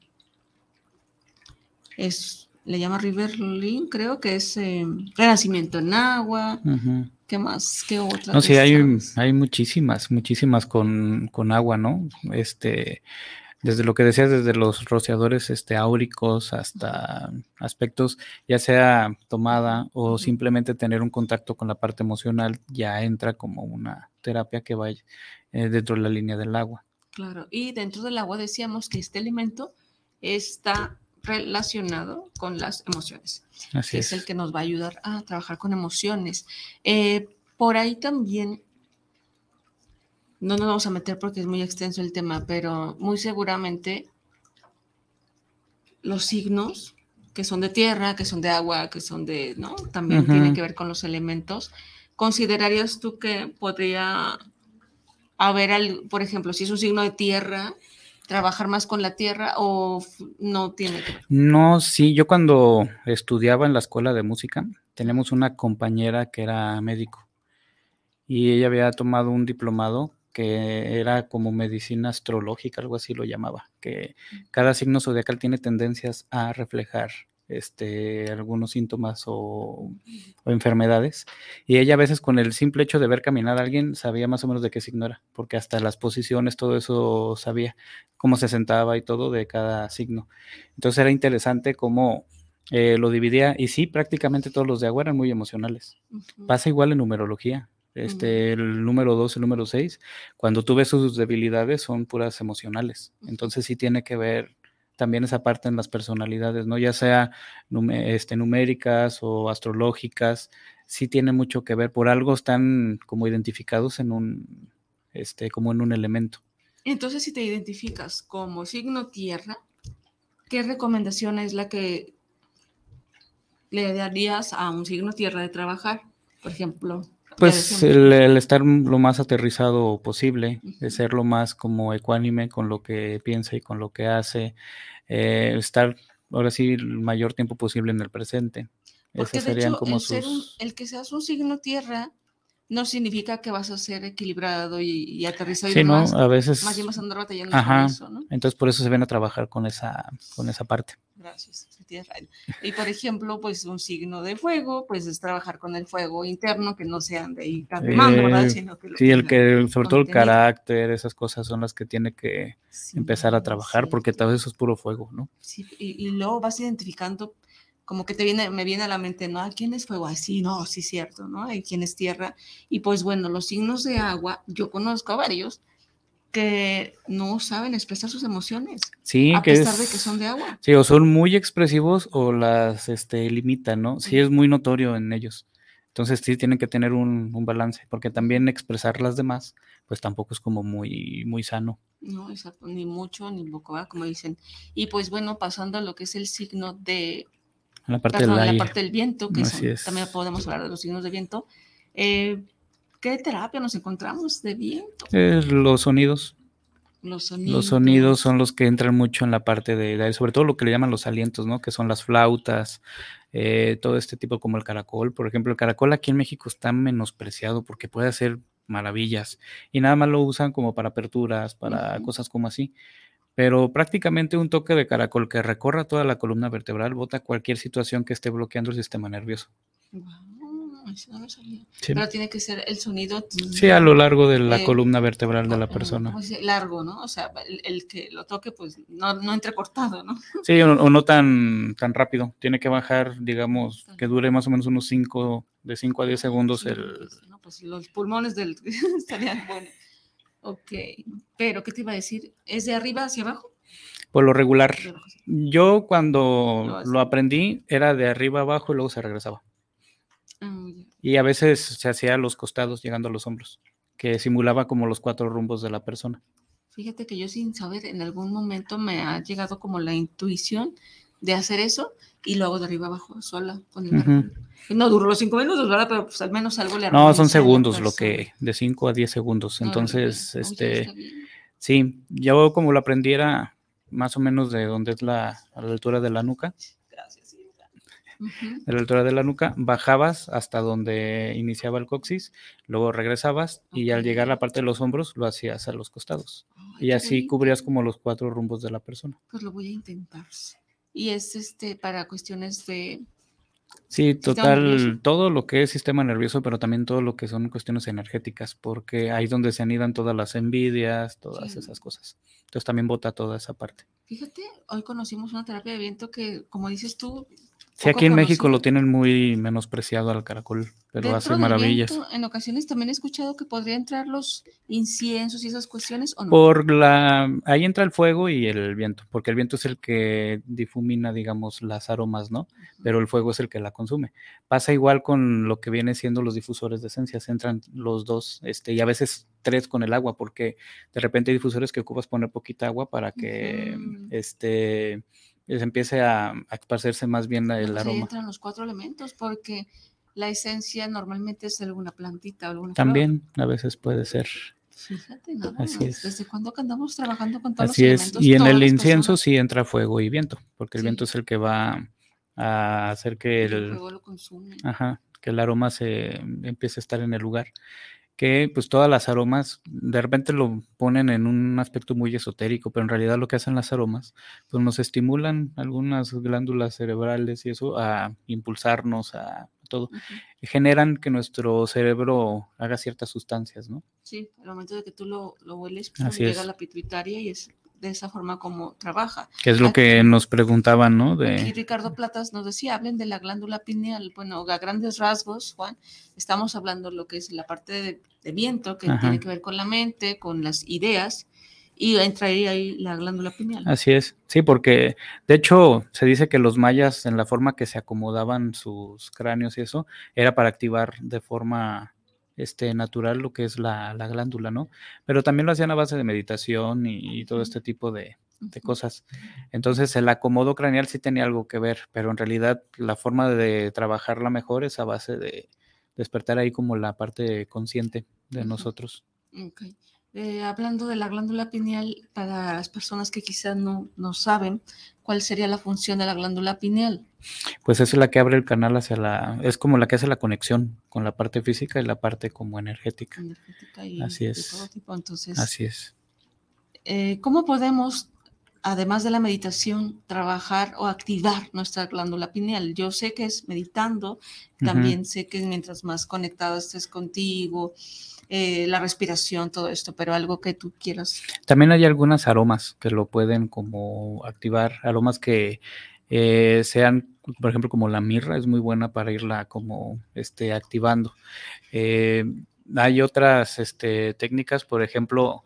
es... le llama Riverlink, creo que es eh, renacimiento en agua. Uh-huh. ¿Qué más? ¿Qué otra? No, sí, hay, hay muchísimas, muchísimas con, con agua, ¿no? Este, Desde lo que decías, desde los rociadores este, áuricos hasta aspectos, ya sea tomada o uh-huh. simplemente tener un contacto con la parte emocional, ya entra como una terapia que va eh, dentro de la línea del agua. Claro, y dentro del agua decíamos que este elemento está relacionado con las emociones. Así que es. es el que nos va a ayudar a trabajar con emociones. Eh, por ahí también, no nos vamos a meter porque es muy extenso el tema, pero muy seguramente los signos que son de tierra, que son de agua, que son de, ¿no? También uh-huh. tienen que ver con los elementos. ¿Considerarías tú que podría haber, al, por ejemplo, si es un signo de tierra, trabajar más con la tierra o no tiene que ver? No, sí, yo cuando estudiaba en la escuela de música, teníamos una compañera que era médico y ella había tomado un diplomado que era como medicina astrológica, algo así lo llamaba, que cada signo zodiacal tiene tendencias a reflejar este, algunos síntomas o, o enfermedades, y ella a veces con el simple hecho de ver caminar a alguien sabía más o menos de qué signo era, porque hasta las posiciones, todo eso sabía, cómo se sentaba y todo de cada signo. Entonces era interesante cómo eh, lo dividía, y sí, prácticamente todos los de agua eran muy emocionales. Uh-huh. Pasa igual en numerología. Este, el número dos, el número seis, cuando tú ves sus debilidades son puras emocionales, entonces sí tiene que ver también esa parte en las personalidades, ¿no? Ya sea este, numéricas o astrológicas, sí tiene mucho que ver, por algo están como identificados en un, este, como en un elemento. Entonces, si te identificas como signo tierra, ¿qué recomendación es la que le darías a un signo tierra de trabajar? Por ejemplo... Pues el, el estar lo más aterrizado posible, uh-huh. de ser lo más como ecuánime con lo que piensa y con lo que hace, eh, estar ahora sí el mayor tiempo posible en el presente. Porque Esas de serían hecho, como el, sus... ser un, el que seas un signo tierra no significa que vas a ser equilibrado y, y aterrizado sí, y demás. ¿no? A veces... Más bien vas a andar batallando Ajá. con eso, ¿no? Entonces por eso se ven a trabajar con esa, con esa parte. Gracias, tierra. Y por ejemplo, pues un signo de fuego, pues es trabajar con el fuego interno, que no sean de ir quemando, eh, ¿verdad? Sino que lo sí, el que, sobre todo el contenido. carácter, esas cosas son las que tiene que sí, empezar a trabajar, sí, porque tal vez eso es puro fuego, ¿no? Sí, y, y luego vas identificando, como que te viene, me viene a la mente, ¿no? ¿Quién es fuego? Así, no, sí, cierto, ¿no? ¿Y quién es tierra? Y pues bueno, los signos de agua, yo conozco a varios que no saben expresar sus emociones, sí, a que pesar es, de que son de agua. Sí, o son muy expresivos o las este, limitan, ¿no? Sí, es muy notorio en ellos. Entonces sí tienen que tener un, un balance, porque también expresar las demás, pues tampoco es como muy, muy sano. No, exacto, ni mucho ni poco, ¿verdad? Como dicen. Y pues bueno, pasando a lo que es el signo de... La parte perdón, del aire. La parte del viento, que Así son, es. también podemos hablar de los signos de viento. Eh, ¿Qué terapia nos encontramos de viento? Eh, los sonidos. Los sonidos. Los sonidos son los que entran mucho en la parte de, de sobre todo lo que le llaman los alientos, ¿no? Que son las flautas, eh, todo este tipo como el caracol. Por ejemplo, el caracol aquí en México está menospreciado porque puede hacer maravillas y nada más lo usan como para aperturas, para uh-huh. cosas como así. Pero prácticamente un toque de caracol que recorra toda la columna vertebral bota cualquier situación que esté bloqueando el sistema nervioso. Wow, eso no lo sabía. Sí. Pero tiene que ser el sonido. Sí, a lo largo de la eh, columna vertebral de la persona. ¿Cómo se dice? Largo, ¿no? O sea, el, el que lo toque, pues no, no entrecortado, ¿no? Sí, o, o no tan, tan rápido. Tiene que bajar, digamos, que dure más o menos unos cinco, de cinco a diez segundos. Sí, el... pues, no, pues los pulmones del estarían buenos. Ok, pero ¿qué te iba a decir? ¿Es de arriba hacia abajo? Por lo regular. Yo cuando lo aprendí era de arriba abajo y luego se regresaba. Oh, yeah. Y a veces se hacía a los costados llegando a los hombros, que simulaba como los cuatro rumbos de la persona. Fíjate que yo sin saber en algún momento me ha llegado como la intuición de hacer eso y lo hago de arriba abajo sola con el uh-huh. No duró los cinco minutos, ¿verdad? Pero pues al menos algo le No, son segundos lo que, de cinco a diez segundos. No, entonces, bien. este, Oye, sí, yo como lo aprendí era más o menos de donde es la, a la altura de la nuca. Gracias, uh-huh. De la altura de la nuca, bajabas hasta donde iniciaba el coxis, luego regresabas okay. y al llegar a la parte de los hombros lo hacías a los costados. Ay, y así bonito. Cubrías como los cuatro rumbos de la persona. Pues lo voy a intentar. Y es este para cuestiones de Sí, total, todo lo que es sistema nervioso, pero también todo lo que son cuestiones energéticas, porque ahí es donde se anidan todas las envidias, todas sí. esas cosas. Entonces también bota toda esa parte. Fíjate, hoy conocimos una terapia de viento que, como dices tú, sí, aquí en conocido. México lo tienen muy menospreciado al caracol, pero Dentro hace maravillas. Viento, en ocasiones también he escuchado que podría entrar los inciensos y esas cuestiones, ¿o no? Por la, ahí entra el fuego y el viento, porque el viento es el que difumina, digamos, las aromas, ¿no? Uh-huh. Pero el fuego es el que la consume. Pasa igual con lo que viene siendo los difusores de esencias, entran los dos, este, y a veces tres con el agua, porque de repente hay difusores que ocupas poner poquita agua para que, uh-huh. este, empiece a, a esparcerse más bien el pues aroma. Ahí entran los cuatro elementos, porque la esencia normalmente es alguna plantita o alguna También flor. A veces puede ser. Fíjate, nada Así más. es. ¿Desde cuándo que andamos trabajando con todos Así los es. elementos? Y en el las incienso personas? sí entra fuego y viento, porque el Sí. viento es el que va a hacer que el, el fuego lo consume. Ajá, que el aroma se empiece a estar en el lugar. Que pues todas las aromas de repente lo ponen en un aspecto muy esotérico, pero en realidad lo que hacen las aromas pues nos estimulan algunas glándulas cerebrales y eso a impulsarnos a todo, uh-huh. generan que nuestro cerebro haga ciertas sustancias, ¿no? Sí, al momento de que tú lo, lo hueles, pues Así llega es. a la pituitaria y es de esa forma como trabaja. Que es lo aquí, que nos preguntaban, ¿no? De... Aquí Ricardo Platas nos decía, hablen de la glándula pineal. Bueno, a grandes rasgos, Juan, estamos hablando de lo que es la parte de, de viento, que Ajá. tiene que ver con la mente, con las ideas, y entraría ahí la glándula pineal. Así es, sí, porque de hecho se dice que los mayas, en la forma que se acomodaban sus cráneos y eso, era para activar de forma este, natural lo que es la, la glándula, ¿no? Pero también lo hacían a base de meditación y, y todo este tipo de, de cosas. Entonces el acomodo craneal sí tenía algo que ver, pero en realidad la forma de trabajarla mejor es a base de despertar ahí como la parte consciente de uh-huh. nosotros. Okay. Eh, hablando de la glándula pineal, para las personas que quizás no, no saben, ¿cuál sería la función de la glándula pineal? Pues es la que abre el canal hacia la, es como la que hace la conexión con la parte física y la parte como energética. Energética y Así de es. todo tipo. Entonces, Así es. Eh, ¿cómo podemos, además de la meditación, trabajar o activar nuestra glándula pineal? Yo sé que es meditando, uh-huh. también sé que mientras más conectado estés contigo, eh, la respiración, todo esto, pero algo que tú quieras. También hay algunas aromas que lo pueden como activar, aromas que eh, sean, por ejemplo, como la mirra, es muy buena para irla como este, activando. Eh, hay otras este, técnicas, por ejemplo,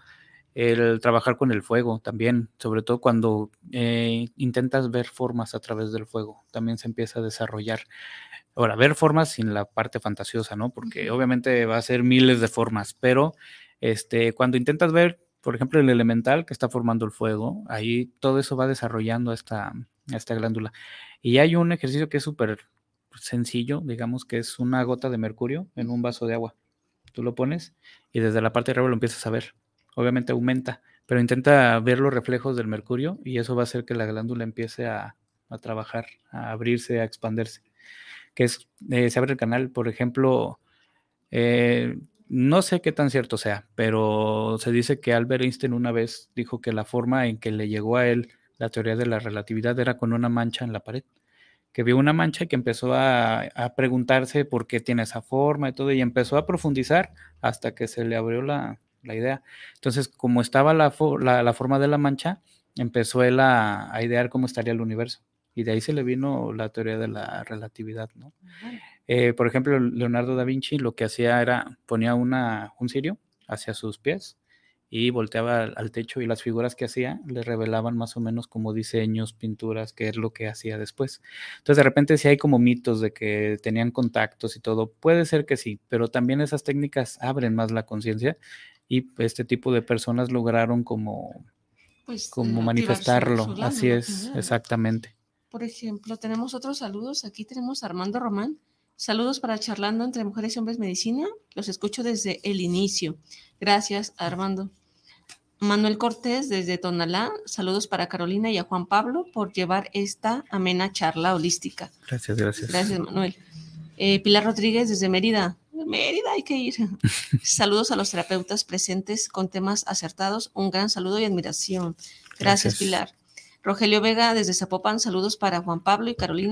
el trabajar con el fuego también, sobre todo cuando eh, intentas ver formas a través del fuego, también se empieza a desarrollar. Ahora, ver formas sin la parte fantasiosa, ¿no? Porque uh-huh. obviamente va a ser miles de formas, pero este, cuando intentas ver, por ejemplo, el elemental que está formando el fuego, ahí todo eso va desarrollando esta, esta glándula. Y hay un ejercicio que es súper sencillo, digamos que es una gota de mercurio en un vaso de agua. Tú lo pones y desde la parte de arriba lo empiezas a ver. Obviamente aumenta, pero intenta ver los reflejos del mercurio y eso va a hacer que la glándula empiece a, a trabajar, a abrirse, a expandirse. Que es, eh, se abre el canal, por ejemplo, eh, no sé qué tan cierto sea, pero se dice que Albert Einstein una vez dijo que la forma en que le llegó a él la teoría de la relatividad era con una mancha en la pared, que vio una mancha y que empezó a, a preguntarse por qué tiene esa forma y todo, y empezó a profundizar hasta que se le abrió la, la idea. Entonces, como estaba la, la, la forma de la mancha, empezó él a, a idear cómo estaría el universo. Y de ahí se le vino la teoría de la relatividad, ¿no? Uh-huh. Eh, por ejemplo, Leonardo da Vinci lo que hacía era, ponía una, un cirio hacia sus pies y volteaba al, al techo y las figuras que hacía le revelaban más o menos como diseños, pinturas, que es lo que hacía después. Entonces, de repente sí hay como mitos de que tenían contactos y todo. Puede ser que sí, pero también esas técnicas abren más la conciencia y este tipo de personas lograron como, pues, como eh, manifestarlo. Su, su Así es, pineal. Exactamente. Por ejemplo, tenemos otros saludos. Aquí tenemos a Armando Román. Saludos para Charlando entre Mujeres y Hombres Medicina. Los escucho desde el inicio. Gracias, Armando. Manuel Cortés desde Tonalá. Saludos para Carolina y a Juan Pablo por llevar esta amena charla holística. Gracias, gracias. Gracias, Manuel. Eh, Pilar Rodríguez desde Mérida. Mérida, hay que ir. Saludos a los terapeutas presentes con temas acertados. Un gran saludo y admiración. Gracias, gracias. Pilar. Rogelio Vega desde Zapopan, saludos para Juan Pablo y Carolina,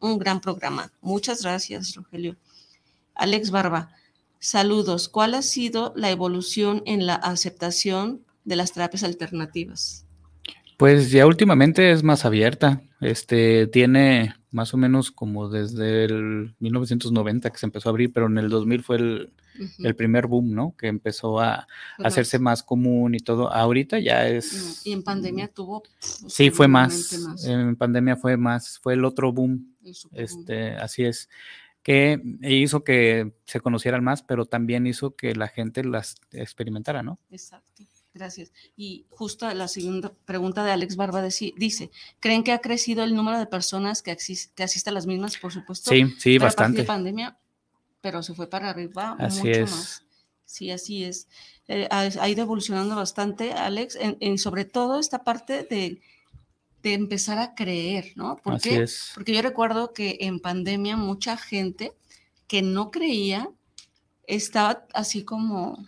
un gran programa. Muchas gracias, Rogelio. Alex Barba, saludos. ¿Cuál ha sido la evolución en la aceptación de las terapias alternativas? Pues ya últimamente es más abierta. Este tiene más o menos como desde el mil novecientos noventa que se empezó a abrir, pero en el dos mil fue el, uh-huh. el primer boom, ¿no? Que empezó a, a hacerse más común y todo. Ahorita ya es... Y en pandemia tuvo... Sí, fue más. más. En pandemia fue más. Fue el otro boom. El este, boom. Así es. Que hizo que se conocieran más, pero también hizo que la gente las experimentara, ¿no? Exacto. Gracias. Y justo la segunda pregunta de Alex Barba dice, ¿creen que ha crecido el número de personas que, asis- que asisten a las mismas? Por supuesto. Sí, sí, pero bastante. A partir de pandemia, pero se fue para arriba así mucho es. más. Sí, así es. Eh, ha, ha ido evolucionando bastante, Alex, en, en sobre todo esta parte de, de empezar a creer, ¿no? ¿Por así qué? es. Porque yo recuerdo que en pandemia mucha gente que no creía estaba así como...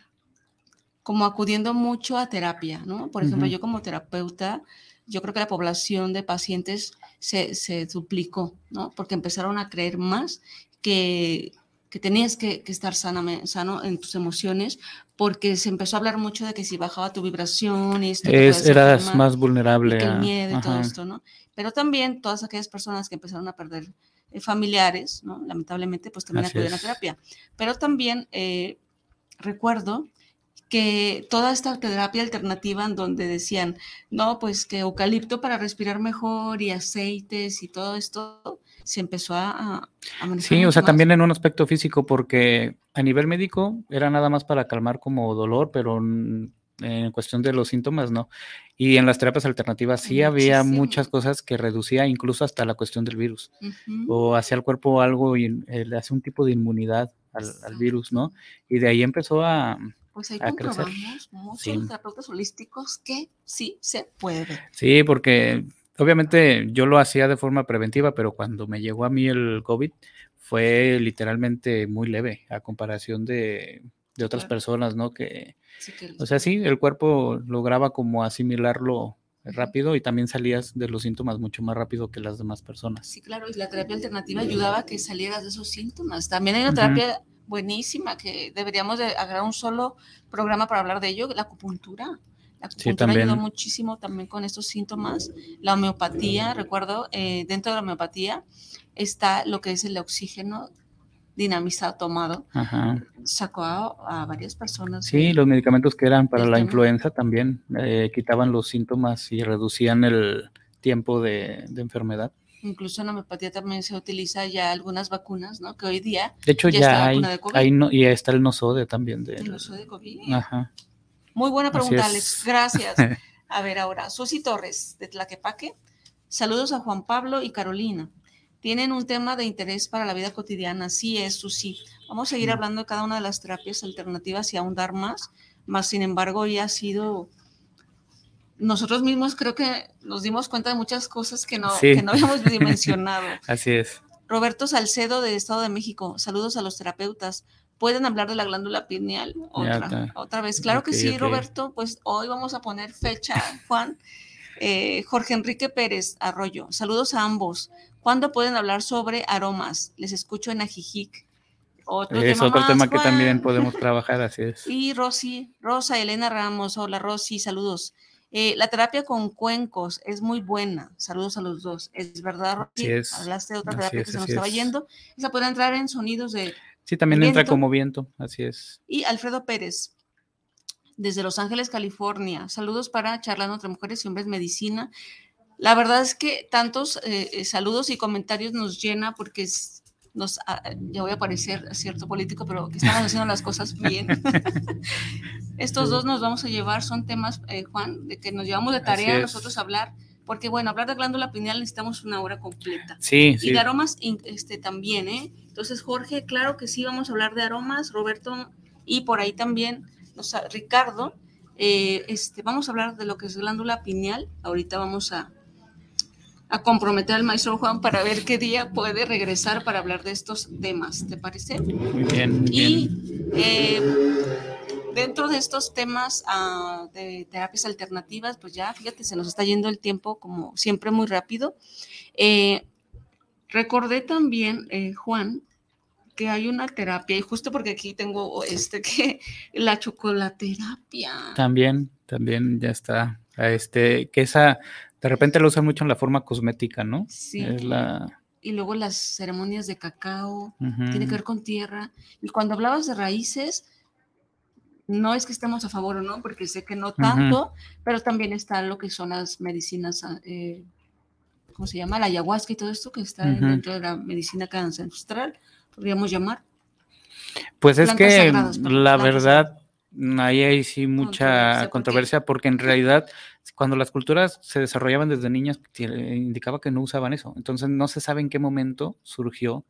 como acudiendo mucho a terapia, ¿no? Por ejemplo, uh-huh. yo como terapeuta, yo creo que la población de pacientes se, se duplicó, ¿no? Porque empezaron a creer más que, que tenías que, que estar sana, sano en tus emociones, porque se empezó a hablar mucho de que si bajaba tu vibración y esto es, te eras enfermar, más vulnerable. Y que a... el miedo y Ajá. todo esto, ¿no? Pero también todas aquellas personas que empezaron a perder eh, familiares, ¿no? Lamentablemente, pues también Así acudían es. a terapia. Pero también eh, recuerdo que toda esta terapia alternativa en donde decían, no, pues que eucalipto para respirar mejor y aceites y todo esto, se empezó a, a manejar. Sí, o sea, más. también en un aspecto físico, porque a nivel médico era nada más para calmar como dolor, pero en cuestión de los síntomas, no. Y en las terapias alternativas sí Muchísimo. había muchas cosas que reducía incluso hasta la cuestión del virus. Uh-huh. O hacía al cuerpo algo, y eh, le hace un tipo de inmunidad al, al virus, ¿no? Y de ahí empezó a... Pues ahí a comprobamos crecer. muchos sí. terapeutas holísticos que sí se puede. Sí, porque obviamente yo lo hacía de forma preventiva, pero cuando me llegó a mí el COVID fue literalmente muy leve a comparación de, de otras claro. personas, ¿no? Que, sí, que o sea, sí, el cuerpo lograba como asimilarlo rápido y también salías de los síntomas mucho más rápido que las demás personas. Sí, claro, y la terapia alternativa ayudaba a que salieras de esos síntomas. También hay una terapia uh-huh. buenísima que deberíamos de agarrar un solo programa para hablar de ello, la acupuntura. La acupuntura sí, ayudó muchísimo también con estos síntomas. La homeopatía, recuerdo, eh, dentro de la homeopatía está lo que es el oxígeno dinamizado tomado. Ajá. Sacó a, a varias personas. Sí, de, los medicamentos que eran para la tema. influenza también eh, quitaban los síntomas y reducían el tiempo de, de enfermedad. Incluso en homeopatía también se utiliza ya algunas vacunas, ¿no? Que hoy día de hecho ya, ya ya hay, de hay no, y está el nosode también. De, el nosode de COVID. Ajá. Muy buena pregunta, Alex. Gracias. A ver ahora, Susi Torres, de Tlaquepaque. Saludos a Juan Pablo y Carolina. Tienen un tema de interés para la vida cotidiana. Sí es, Susi. Vamos a seguir hablando de cada una de las terapias alternativas y ahondar más. Más, sin embargo, ya ha sido... Nosotros mismos creo que nos dimos cuenta de muchas cosas que no, sí. que no habíamos dimensionado. Así es. Roberto Salcedo, de Estado de México. Saludos a los terapeutas. ¿Pueden hablar de la glándula pineal? Otra, otra vez. Claro okay, que sí, okay. Roberto. Pues hoy vamos a poner fecha, Juan. Eh, Jorge Enrique Pérez Arroyo. Saludos a ambos. ¿Cuándo pueden hablar sobre aromas? Les escucho en Ajijic. Otro es tema otro más, tema Juan. que también podemos trabajar, así es. Y Rosy, Rosa Elena Ramos. Hola, Rosy, saludos. Eh, la terapia con cuencos es muy buena. Saludos a los dos. Es verdad, Rosy. Así es. Hablaste de otra así terapia es, que se nos es. estaba yendo. Esa puede entrar en sonidos de. Sí, también de entra viento. como viento, así es. Y Alfredo Pérez, desde Los Ángeles, California. Saludos para Charlando entre Mujeres y Hombres Medicina. La verdad es que tantos eh, saludos y comentarios nos llena porque es, nos, ya voy a parecer cierto político, pero que estamos haciendo las cosas bien. Estos dos nos vamos a llevar, son temas, eh, Juan, de que nos llevamos de tarea nosotros a hablar, porque bueno, hablar de glándula pineal necesitamos una hora completa. Sí, y sí. de aromas este, también, ¿eh? Entonces, Jorge, claro que sí, vamos a hablar de aromas, Roberto, y por ahí también, o sea, Ricardo, eh, este, vamos a hablar de lo que es glándula pineal. Ahorita vamos a a comprometer al maestro Juan para ver qué día puede regresar para hablar de estos temas, ¿te parece? Muy bien, muy y bien. Eh, dentro de estos temas uh, de terapias alternativas, pues ya, fíjate, se nos está yendo el tiempo como siempre muy rápido. Eh, Recordé también, eh, Juan, que hay una terapia, y justo porque aquí tengo este, que la chocolaterapia. También, también ya está, este, que esa, de repente lo usan mucho en la forma cosmética, ¿no? Sí. Es la... Y luego las ceremonias de cacao, uh-huh. tiene que ver con tierra. Y cuando hablabas de raíces, no es que estemos a favor o no, porque sé que no tanto, uh-huh. pero también está lo que son las medicinas, eh, ¿cómo se llama? La ayahuasca y todo esto que está uh-huh. dentro de la medicina ancestral, podríamos llamar. Pues es que sagradas, perdón, la verdad, ahí hay sí mucha controversia, controversia porque... porque en realidad cuando las culturas se desarrollaban desde niñas indicaba que no usaban eso, entonces no se sabe en qué momento surgió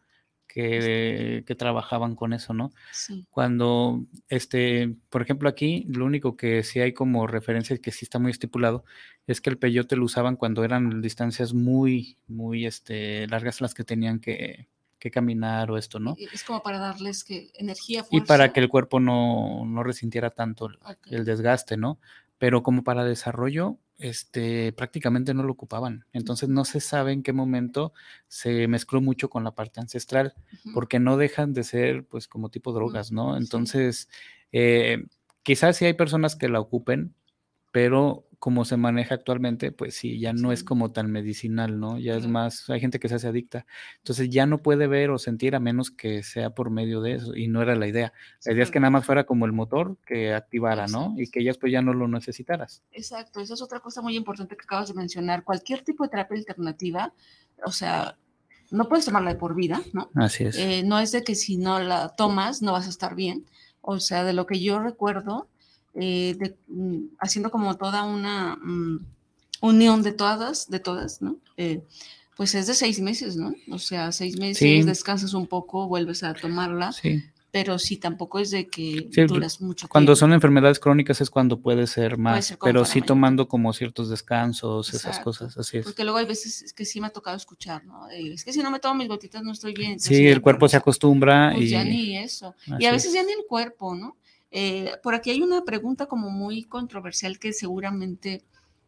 que, que trabajaban con eso, ¿no? Sí. Cuando, este, por ejemplo aquí, lo único que sí hay como referencia y que sí está muy estipulado es que el peyote lo usaban cuando eran distancias muy, muy este, largas las que tenían que... que caminar o esto, ¿no? Es como para darles que energía, fuerza. Y para que el cuerpo no, no resintiera tanto el, okay. el desgaste, ¿no? Pero como para desarrollo, este, prácticamente no lo ocupaban. Entonces no se sabe en qué momento se mezcló mucho con la parte ancestral, uh-huh. porque no dejan de ser, pues, como tipo drogas, ¿no? Entonces, sí. eh, quizás sí hay personas que la ocupen, pero como se maneja actualmente, pues sí, ya no sí. es como tan medicinal, ¿no? Ya claro. es más, hay gente que se hace adicta. Entonces ya no puede ver o sentir a menos que sea por medio de eso, y no era la idea. La sí, idea claro. es que nada más fuera como el motor que activara, Exacto. ¿no? Y que ya después ya no lo necesitaras. Exacto, esa es otra cosa muy importante que acabas de mencionar. Cualquier tipo de terapia alternativa, o sea, no puedes tomarla de por vida, ¿no? Así es. Eh, no es de que si no la tomas no vas a estar bien. O sea, de lo que yo recuerdo, Eh, de, um, haciendo como toda una um, unión de todas, de todas, ¿no? Eh, pues es de seis meses, ¿no? O sea, seis meses, sí. descansas un poco, vuelves a tomarla, sí. pero sí, tampoco es de que sí, duras mucho cuando tiempo. son enfermedades crónicas es cuando puede ser más, puede ser pero sí mayor. tomando como ciertos descansos, Exacto. esas cosas, así es. Porque luego hay veces que sí me ha tocado escuchar, ¿no? Eh, es que si no me tomo mis gotitas no estoy bien. Entonces, sí, el cuerpo se acostumbra pues y... ya ni eso. Así y a veces es. ya ni el cuerpo, ¿no? Eh, por aquí hay una pregunta como muy controversial que seguramente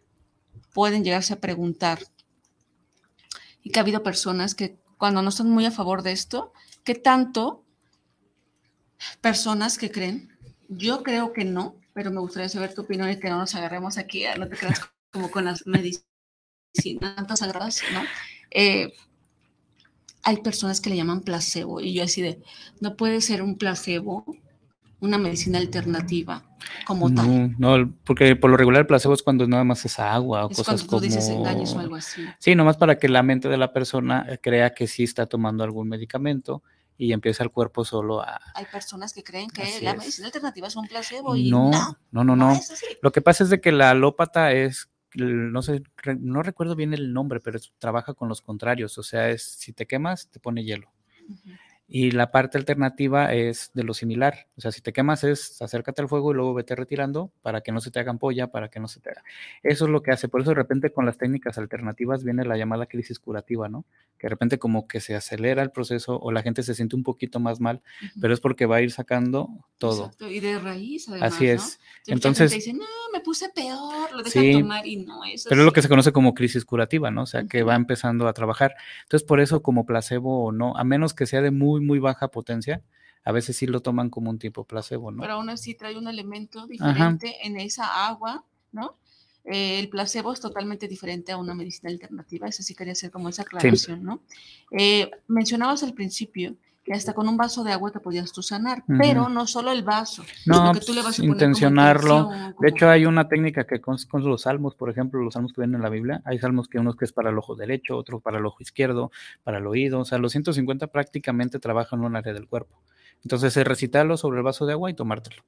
pueden llegarse a preguntar y que ha habido personas que cuando no están muy a favor de esto, ¿qué tanto personas que creen? Yo creo que no, pero me gustaría saber tu opinión y que no nos agarremos aquí, no te creas como con las medicinas sagradas, ¿no? Eh, hay personas que le llaman placebo y yo así de, no puede ser un placebo una medicina alternativa como no, tal. No, porque por lo regular el placebo es cuando nada más es agua o es cosas cuando tú como... dices engaños o algo así. Sí, nomás para que la mente de la persona crea que sí está tomando algún medicamento y empieza el cuerpo solo a... Hay personas que creen que así la es. medicina alternativa es un placebo y no. No, no, no, no. no es así. Lo que pasa es de que la alópata es... No sé, no recuerdo bien el nombre, pero es, trabaja con los contrarios. O sea, es si te quemas, te pone hielo. Uh-huh. Y la parte alternativa es de lo similar. O sea, si te quemas es acércate al fuego y luego vete retirando para que no se te haga ampolla, para que no se te haga. Eso es lo que hace. Por eso de repente con las técnicas alternativas viene la llamada crisis curativa, ¿no? Que de repente como que se acelera el proceso o la gente se siente un poquito más mal, uh-huh. pero es porque va a ir sacando todo. Exacto. Y de raíz, además, Así es. ¿no? Entonces, gente dice, no, me puse peor, lo dejan sí, tomar y no es así. Pero es lo que se conoce como crisis curativa, ¿no? O sea, Uh-huh. que va empezando a trabajar. Entonces, por eso como placebo o no, a menos que sea de muy, muy baja potencia, a veces sí lo toman como un tipo placebo, ¿no? Pero aún así trae un elemento diferente Ajá. en esa agua, ¿no? Eh, el placebo es totalmente diferente a una medicina alternativa, eso sí quería hacer como esa aclaración, sí. ¿no? Eh, mencionabas al principio que hasta con un vaso de agua te podías tú sanar, uh-huh. pero no solo el vaso, no, sino que tú le vas a poner intencionarlo. Como intención, como... De hecho, hay una técnica que con, con los salmos, por ejemplo, los salmos que ven en la Biblia, hay salmos que unos que es para el ojo derecho, otro para el ojo izquierdo, para el oído, o sea, los ciento cincuenta prácticamente trabajan en un área del cuerpo. Entonces, es recitarlo sobre el vaso de agua y tomártelo.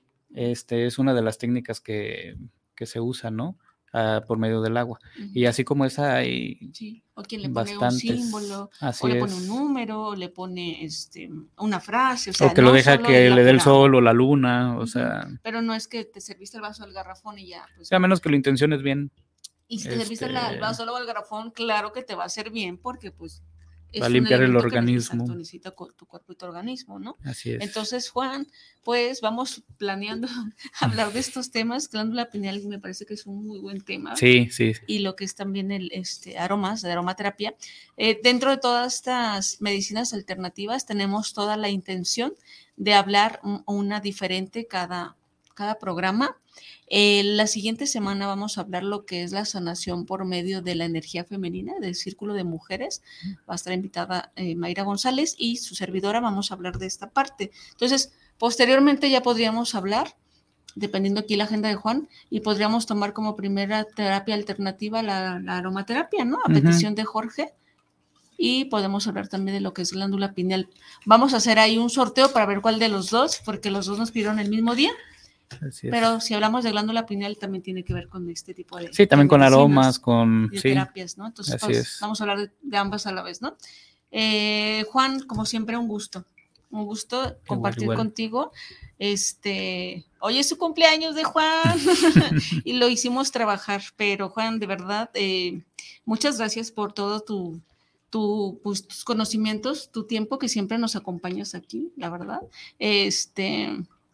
Este es una de las técnicas que, que se usa, ¿no? Uh, por medio del agua. Uh-huh. Y así como esa hay sí. O quien le pone bastantes. un símbolo, así o le es. pone un número, o le pone este, una frase. O, sea, o que no lo deja que le dé el sol o la luna, o uh-huh. sea... Pero no es que te serviste el vaso del garrafón y ya. Pues, o sea, a menos que la intención es bien. Y si te este... serviste el vaso o el garrafón, claro que te va a hacer bien, porque pues es para limpiar el elemento organismo. Que necesita tu cuerpo y tu organismo, ¿no? Así es. Entonces, Juan, pues vamos planeando hablar de estos temas. Glándula pineal me parece que es un muy buen tema. Sí, sí. Y lo que es también el este, aromas, de aromaterapia. Eh, dentro de todas estas medicinas alternativas tenemos toda la intención de hablar una diferente cada, cada programa. Eh, la siguiente semana vamos a hablar lo que es la sanación por medio de la energía femenina, del Círculo de Mujeres. Va a estar invitada eh, Mayra González y su servidora. Vamos a hablar de esta parte. Entonces, posteriormente ya podríamos hablar, dependiendo aquí la agenda de Juan, y podríamos tomar como primera terapia alternativa la, la aromaterapia, ¿no? A uh-huh. petición de Jorge. Y podemos hablar también de lo que es glándula pineal. Vamos a hacer ahí un sorteo para ver cuál de los dos, porque los dos nos pidieron el mismo día. Así es. Pero si hablamos de glándula pineal también tiene que ver con este tipo de sí, también con aromas, con de sí. terapias, ¿no? Entonces Así pues, es. vamos a hablar de, de ambas a la vez, ¿no? Eh, Juan, como siempre, un gusto. Un gusto compartir igual, igual. contigo. Este, hoy es su cumpleaños de Juan y lo hicimos trabajar, pero Juan, de verdad, eh, muchas gracias por todo tu, tu pues, tus conocimientos, tu tiempo que siempre nos acompañas aquí, la verdad. Este,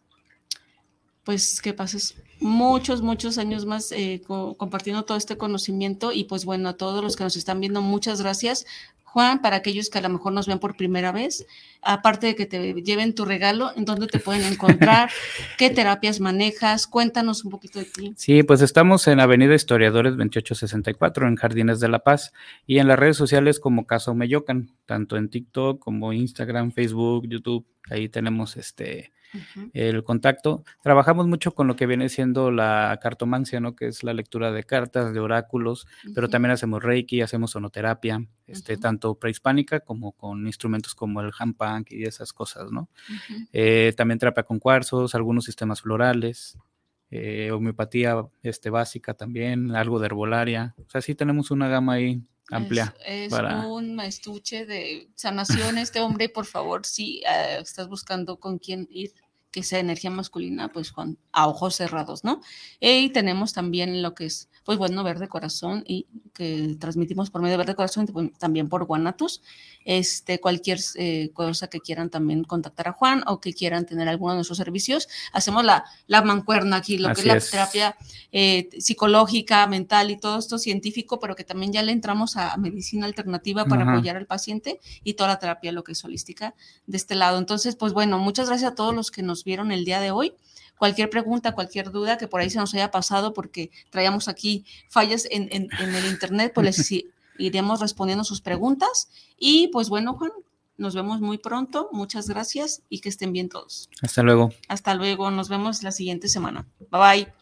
pues que pases muchos, muchos años más eh, co- compartiendo todo este conocimiento y pues bueno, a todos los que nos están viendo, muchas gracias. Juan, para aquellos que a lo mejor nos ven por primera vez, aparte de que te lleven tu regalo, ¿en dónde te pueden encontrar? ¿Qué terapias manejas? Cuéntanos un poquito de ti. Sí, pues estamos en Avenida Historiadores veintiocho sesenta y cuatro, en Jardines de la Paz, y en las redes sociales como Casa Omeyocan, tanto en TikTok como Instagram, Facebook, YouTube, ahí tenemos este... Uh-huh. el contacto. Trabajamos mucho con lo que viene siendo la cartomancia, ¿no? Que es la lectura de cartas, de oráculos, uh-huh. pero también hacemos reiki, hacemos sonoterapia, este, uh-huh. tanto prehispánica como con instrumentos como el handpunk y esas cosas, ¿no? Uh-huh. Eh, también terapia con cuarzos, algunos sistemas florales, eh, homeopatía este, básica también, algo de herbolaria. O sea, sí tenemos una gama ahí amplia. Es, es para... un maestuche de sanación este hombre, por favor, si uh, estás buscando con quién ir, que sea energía masculina, pues Juan, a ojos cerrados, ¿no? Y tenemos también lo que es, pues bueno, Verde Corazón, y que transmitimos por medio de Verde Corazón, y también por Guanatos, este, cualquier eh, cosa que quieran también contactar a Juan, o que quieran tener alguno de nuestros servicios, hacemos la, la mancuerna aquí, lo Así que es la es. terapia eh, psicológica, mental y todo esto científico, pero que también ya le entramos a medicina alternativa para Ajá. apoyar al paciente, y toda la terapia, lo que es holística, de este lado. Entonces, pues bueno, muchas gracias a todos los que nos vieron el día de hoy. Cualquier pregunta, cualquier duda que por ahí se nos haya pasado porque traíamos aquí fallas en, en, en el internet, pues les iremos respondiendo sus preguntas. Y pues bueno, Juan, nos vemos muy pronto. Muchas gracias y que estén bien todos. Hasta luego. Hasta luego. Nos vemos la siguiente semana. Bye bye.